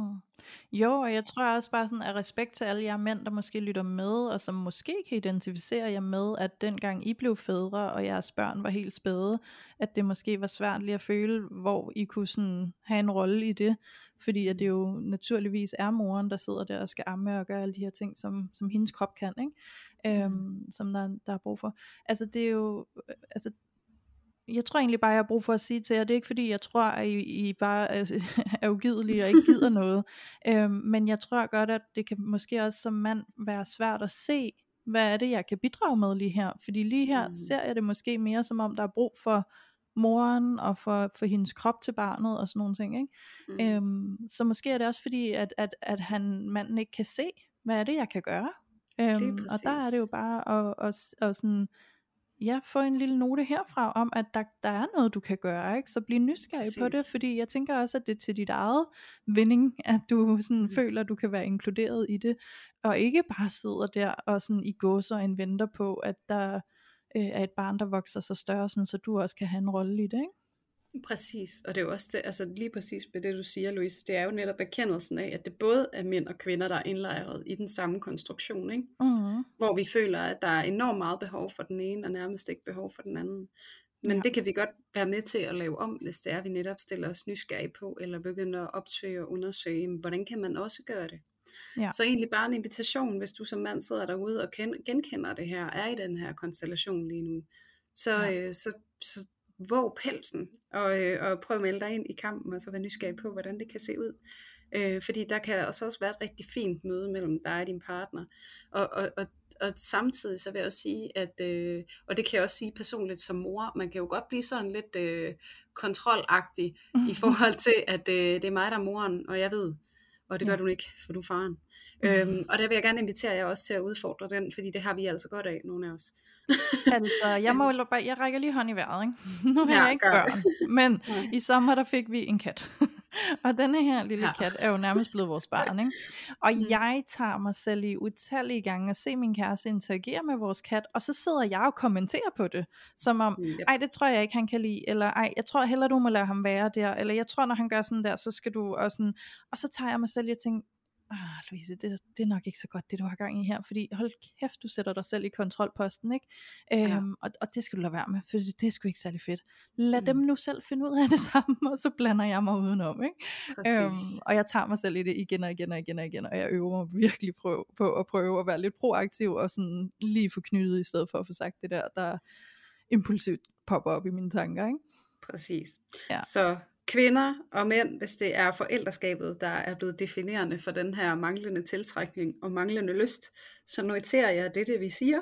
Jo, og jeg tror også bare sådan af respekt til alle jer mænd, der måske lytter med, og som måske kan identificere jer med, at dengang I blev fædre, og jeres børn var helt spæde, at det måske var svært lige at føle, hvor I kunne sådan have en rolle i det, fordi at det jo naturligvis er moren, der sidder der og skal amme og gøre alle de her ting, som hendes krop kan, ikke? Som der er brug for. Altså det er jo, jeg tror egentlig bare, jeg har brug for at sige til jer, det er ikke fordi, jeg tror, at I bare er ugidelige og ikke gider noget. Men jeg tror godt, at det kan måske også som mand være svært at se, hvad er det, jeg kan bidrage med lige her. Fordi lige her ser jeg det måske mere, som om der er brug for moren og for hendes krop til barnet og sådan nogle ting, ikke? Så måske er det også fordi, at manden ikke kan se, hvad er det, jeg kan gøre. Og der er det jo bare at sådan... få en lille note herfra om, at der er noget, du kan gøre, ikke? Så bliv nysgerrig på det, fordi jeg tænker også, at det er til dit eget vinding, at du sådan føler, at du kan være inkluderet i det, og ikke bare sidder der og sådan i gåseøjne venter på, at der af et barn, der vokser sig større, sådan, så du også kan have en rolle i det, ikke? Præcis, og det er jo også det, altså lige præcis med det du siger, Louise, det er jo netop erkendelsen af, at det både er mænd og kvinder, der er indlejret i den samme konstruktion, ikke? Mm. Hvor vi føler, at der er enormt meget behov for den ene, og nærmest ikke behov for den anden. Men Ja. det kan vi godt være med til at lave om, hvis det er, at vi netop stiller os nysgerrige på, eller begynder at opsøge og undersøge, jamen, hvordan kan man også gøre det? Ja. Så egentlig bare en invitation, hvis du som mand sidder derude og genkender det her, er i den her konstellation lige nu, så våg pelsen, og prøv at melde dig ind i kampen, og så være nysgerrig på, hvordan det kan se ud. Fordi der kan også være et rigtig fint møde mellem dig og din partner. Og samtidig så vil jeg også sige, at, og det kan jeg også sige personligt som mor, man kan jo godt blive sådan lidt kontrolagtig i forhold til, at det er mig, der er moren, og jeg ved, og det gør du ikke, for du er faren. Og der vil jeg gerne invitere jer også til at udfordre den, fordi det har vi altså godt af, nogle af os. Altså, jeg rækker lige hånd i vejret, ikke? Nu har jeg ikke børn, men i sommer der fik vi en kat. Og denne her lille kat er jo nærmest blevet vores barn, ikke? Og jeg tager mig selv i utallige gange at se min kæreste interagere med vores kat, og så sidder jeg og kommenterer på det, som om, ej, det tror jeg ikke han kan lide, eller ej, jeg tror hellere du må lade ham være der, eller jeg tror når han gør sådan der, så skal du også sådan, og så tager jeg mig selv i at tænke, Louise, det er nok ikke så godt det du har gang i her, fordi hold kæft, du sætter dig selv i kontrolposten, ikke? Og det skal du lade være med, for det er sgu ikke særlig fedt. Lad dem nu selv finde ud af det samme, og så blander jeg mig udenom, ikke? Og jeg tager mig selv i det igen og igen, og jeg øver mig virkelig på at prøve at være lidt proaktiv, og sådan lige få knyttet, i stedet for at få sagt det der impulsivt popper op i mine tanker, ikke? Præcis. Ja. Så kvinder og mænd, hvis det er forældreskabet, der er blevet definerende for den her manglende tiltrækning og manglende lyst, så noterer jeg, det vi siger.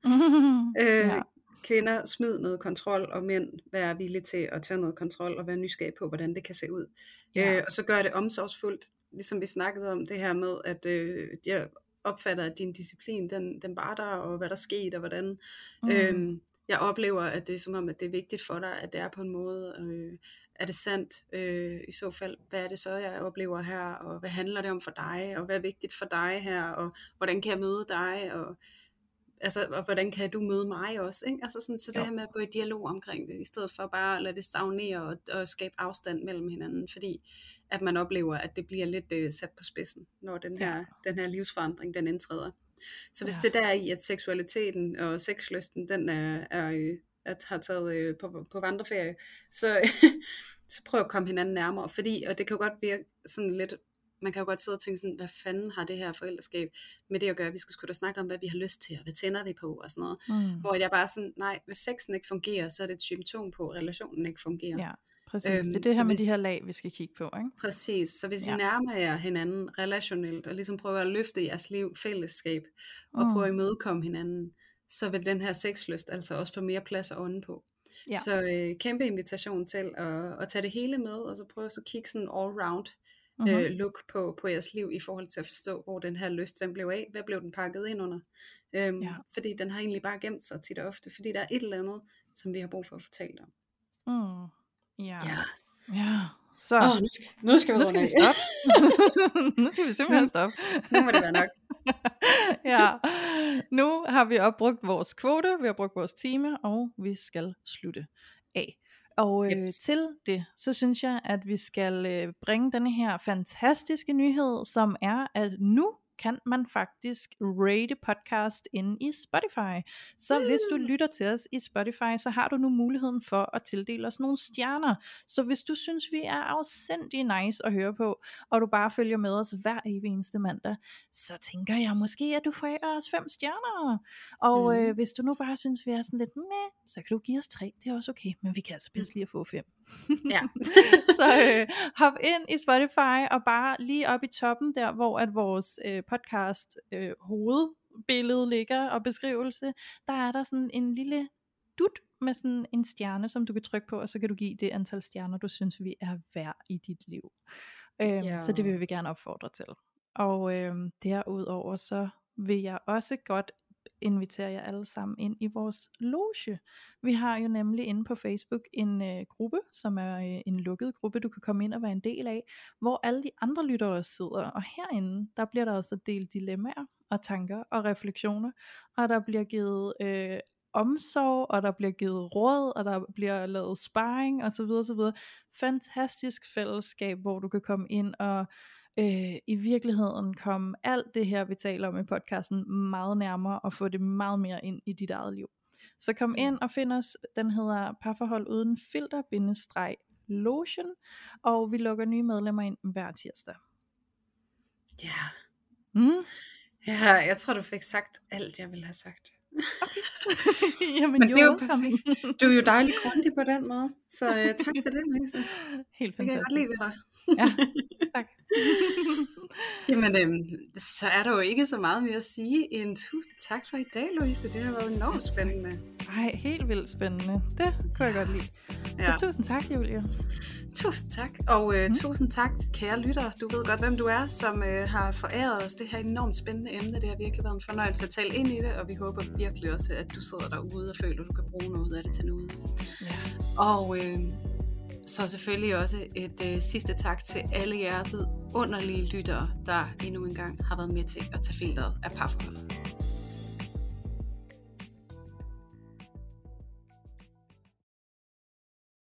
Kvinder, smid noget kontrol, og mænd, vær villige til at tage noget kontrol og være nysgerrig på, hvordan det kan se ud. Og så gør det omsorgsfuldt, ligesom vi snakkede om det her med, at jeg opfatter, at din disciplin, den var der, og hvad der skete, og hvordan. Jeg oplever, at det er som om, at det er vigtigt for dig, at det er på en måde. Er det sandt? I så fald, hvad er det så, jeg oplever her? Og hvad handler det om for dig? Og hvad er vigtigt for dig her? Og hvordan kan jeg møde dig? Og hvordan kan du møde mig også? Ikke? Altså sådan, så det her med at gå i dialog omkring det, i stedet for bare at lade det stagnere og skabe afstand mellem hinanden, fordi at man oplever, at det bliver lidt sat på spidsen, når den her livsforandring, den indtræder. Så hvis det der i, at seksualiteten og sexlysten, den har taget på vandreferie, så prøv at komme hinanden nærmere, fordi, og det kan jo godt virke sådan lidt, man kan jo godt sidde og tænke sådan, hvad fanden har det her forældreskab med det at gøre, vi skal sgu da snakke om, hvad vi har lyst til, og hvad tænder vi på, og sådan noget, hvor jeg bare sådan, nej, hvis sexen ikke fungerer, så er det et symptom på, at relationen ikke fungerer. Ja. Præcis, det er det her med de her lag, vi skal kigge på, ikke? Præcis, så hvis I nærmer jer hinanden relationelt, og ligesom prøver at løfte jeres liv fællesskab, og prøve at imødekomme hinanden, så vil den her sexlyst altså også få mere plads at ånde på. Så kæmpe invitation til at tage det hele med, og så prøve at kigge sådan all round look på jeres liv, i forhold til at forstå, hvor den her lyst den blev af, hvad blev den pakket ind under, fordi den har egentlig bare gemt sig tit og ofte, fordi der er et eller andet, som vi har brug for at fortælle om. Så nu skal vi stoppe. Nu skal vi simpelthen stoppe. Nu må det være nok. Nu har vi opbrugt vores kvote, vi har brugt vores time, og vi skal slutte af. Og til det, så synes jeg, at vi skal bringe denne her fantastiske nyhed, som er, at nu kan man faktisk rate podcast inde i Spotify. Så hvis du lytter til os i Spotify, så har du nu muligheden for at tildele os nogle stjerner. Så hvis du synes, vi er afsindig nice at høre på, og du bare følger med os hver evig eneste mandag, så tænker jeg måske, at du får os 5 stjerner. Og hvis du nu bare synes, vi er sådan lidt meh, så kan du give os 3. Det er også okay, men vi kan altså bedst lige at få 5. Så hop ind i Spotify, og bare lige op i toppen der, hvor at vores podcast hovedbillede ligger og beskrivelse, der er der sådan en lille dut med sådan en stjerne, som du kan trykke på, og så kan du give det antal stjerner, du synes vi er værd i dit liv. Så det vil vi gerne opfordre til. Og derudover så vil jeg også godt invitere jer alle sammen ind i vores loge. Vi har jo nemlig inde på Facebook en gruppe, som er en lukket gruppe, du kan komme ind og være en del af, hvor alle de andre lyttere sidder, og herinde, der bliver der også delt dilemmaer og tanker og refleksioner, og der bliver givet omsorg, og der bliver givet råd, og der bliver lavet sparring osv. Fantastisk fællesskab, hvor du kan komme ind og i virkeligheden komme alt det her, vi taler om i podcasten, meget nærmere, og få det meget mere ind i dit eget liv. Så kom ind og find os. Den hedder Parforhold uden filter-lotion, og vi lukker nye medlemmer ind hver tirsdag. Ja. Mm? Ja, jeg tror, du fik sagt alt, jeg ville have sagt. Okay. Jamen, men det er jo perfekt. Du er jo dejlig grundig på den måde, så tak for det, Louise. Helt fantastisk. Det kan jeg godt lide ved dig. Ja, tak. Jamen, så er der jo ikke så meget mere at sige end tusind tak for i dag, Louise. Det har været enormt spændende. Ej, helt vildt spændende. Det kunne jeg godt lide. Så tusind tak, Julie. Tusind tak, og tusind tak, kære lyttere. Du ved godt, hvem du er, som har foræret os det her enormt spændende emne. Det har virkelig været en fornøjelse at tale ind i det, og vi håber virkelig også, at du sidder derude og føler, at du kan bruge noget af det til noget. Ja. Og så selvfølgelig også et sidste tak til alle jer vidunderlige lyttere, der endnu engang har været med til at tage filteret af parforholdet.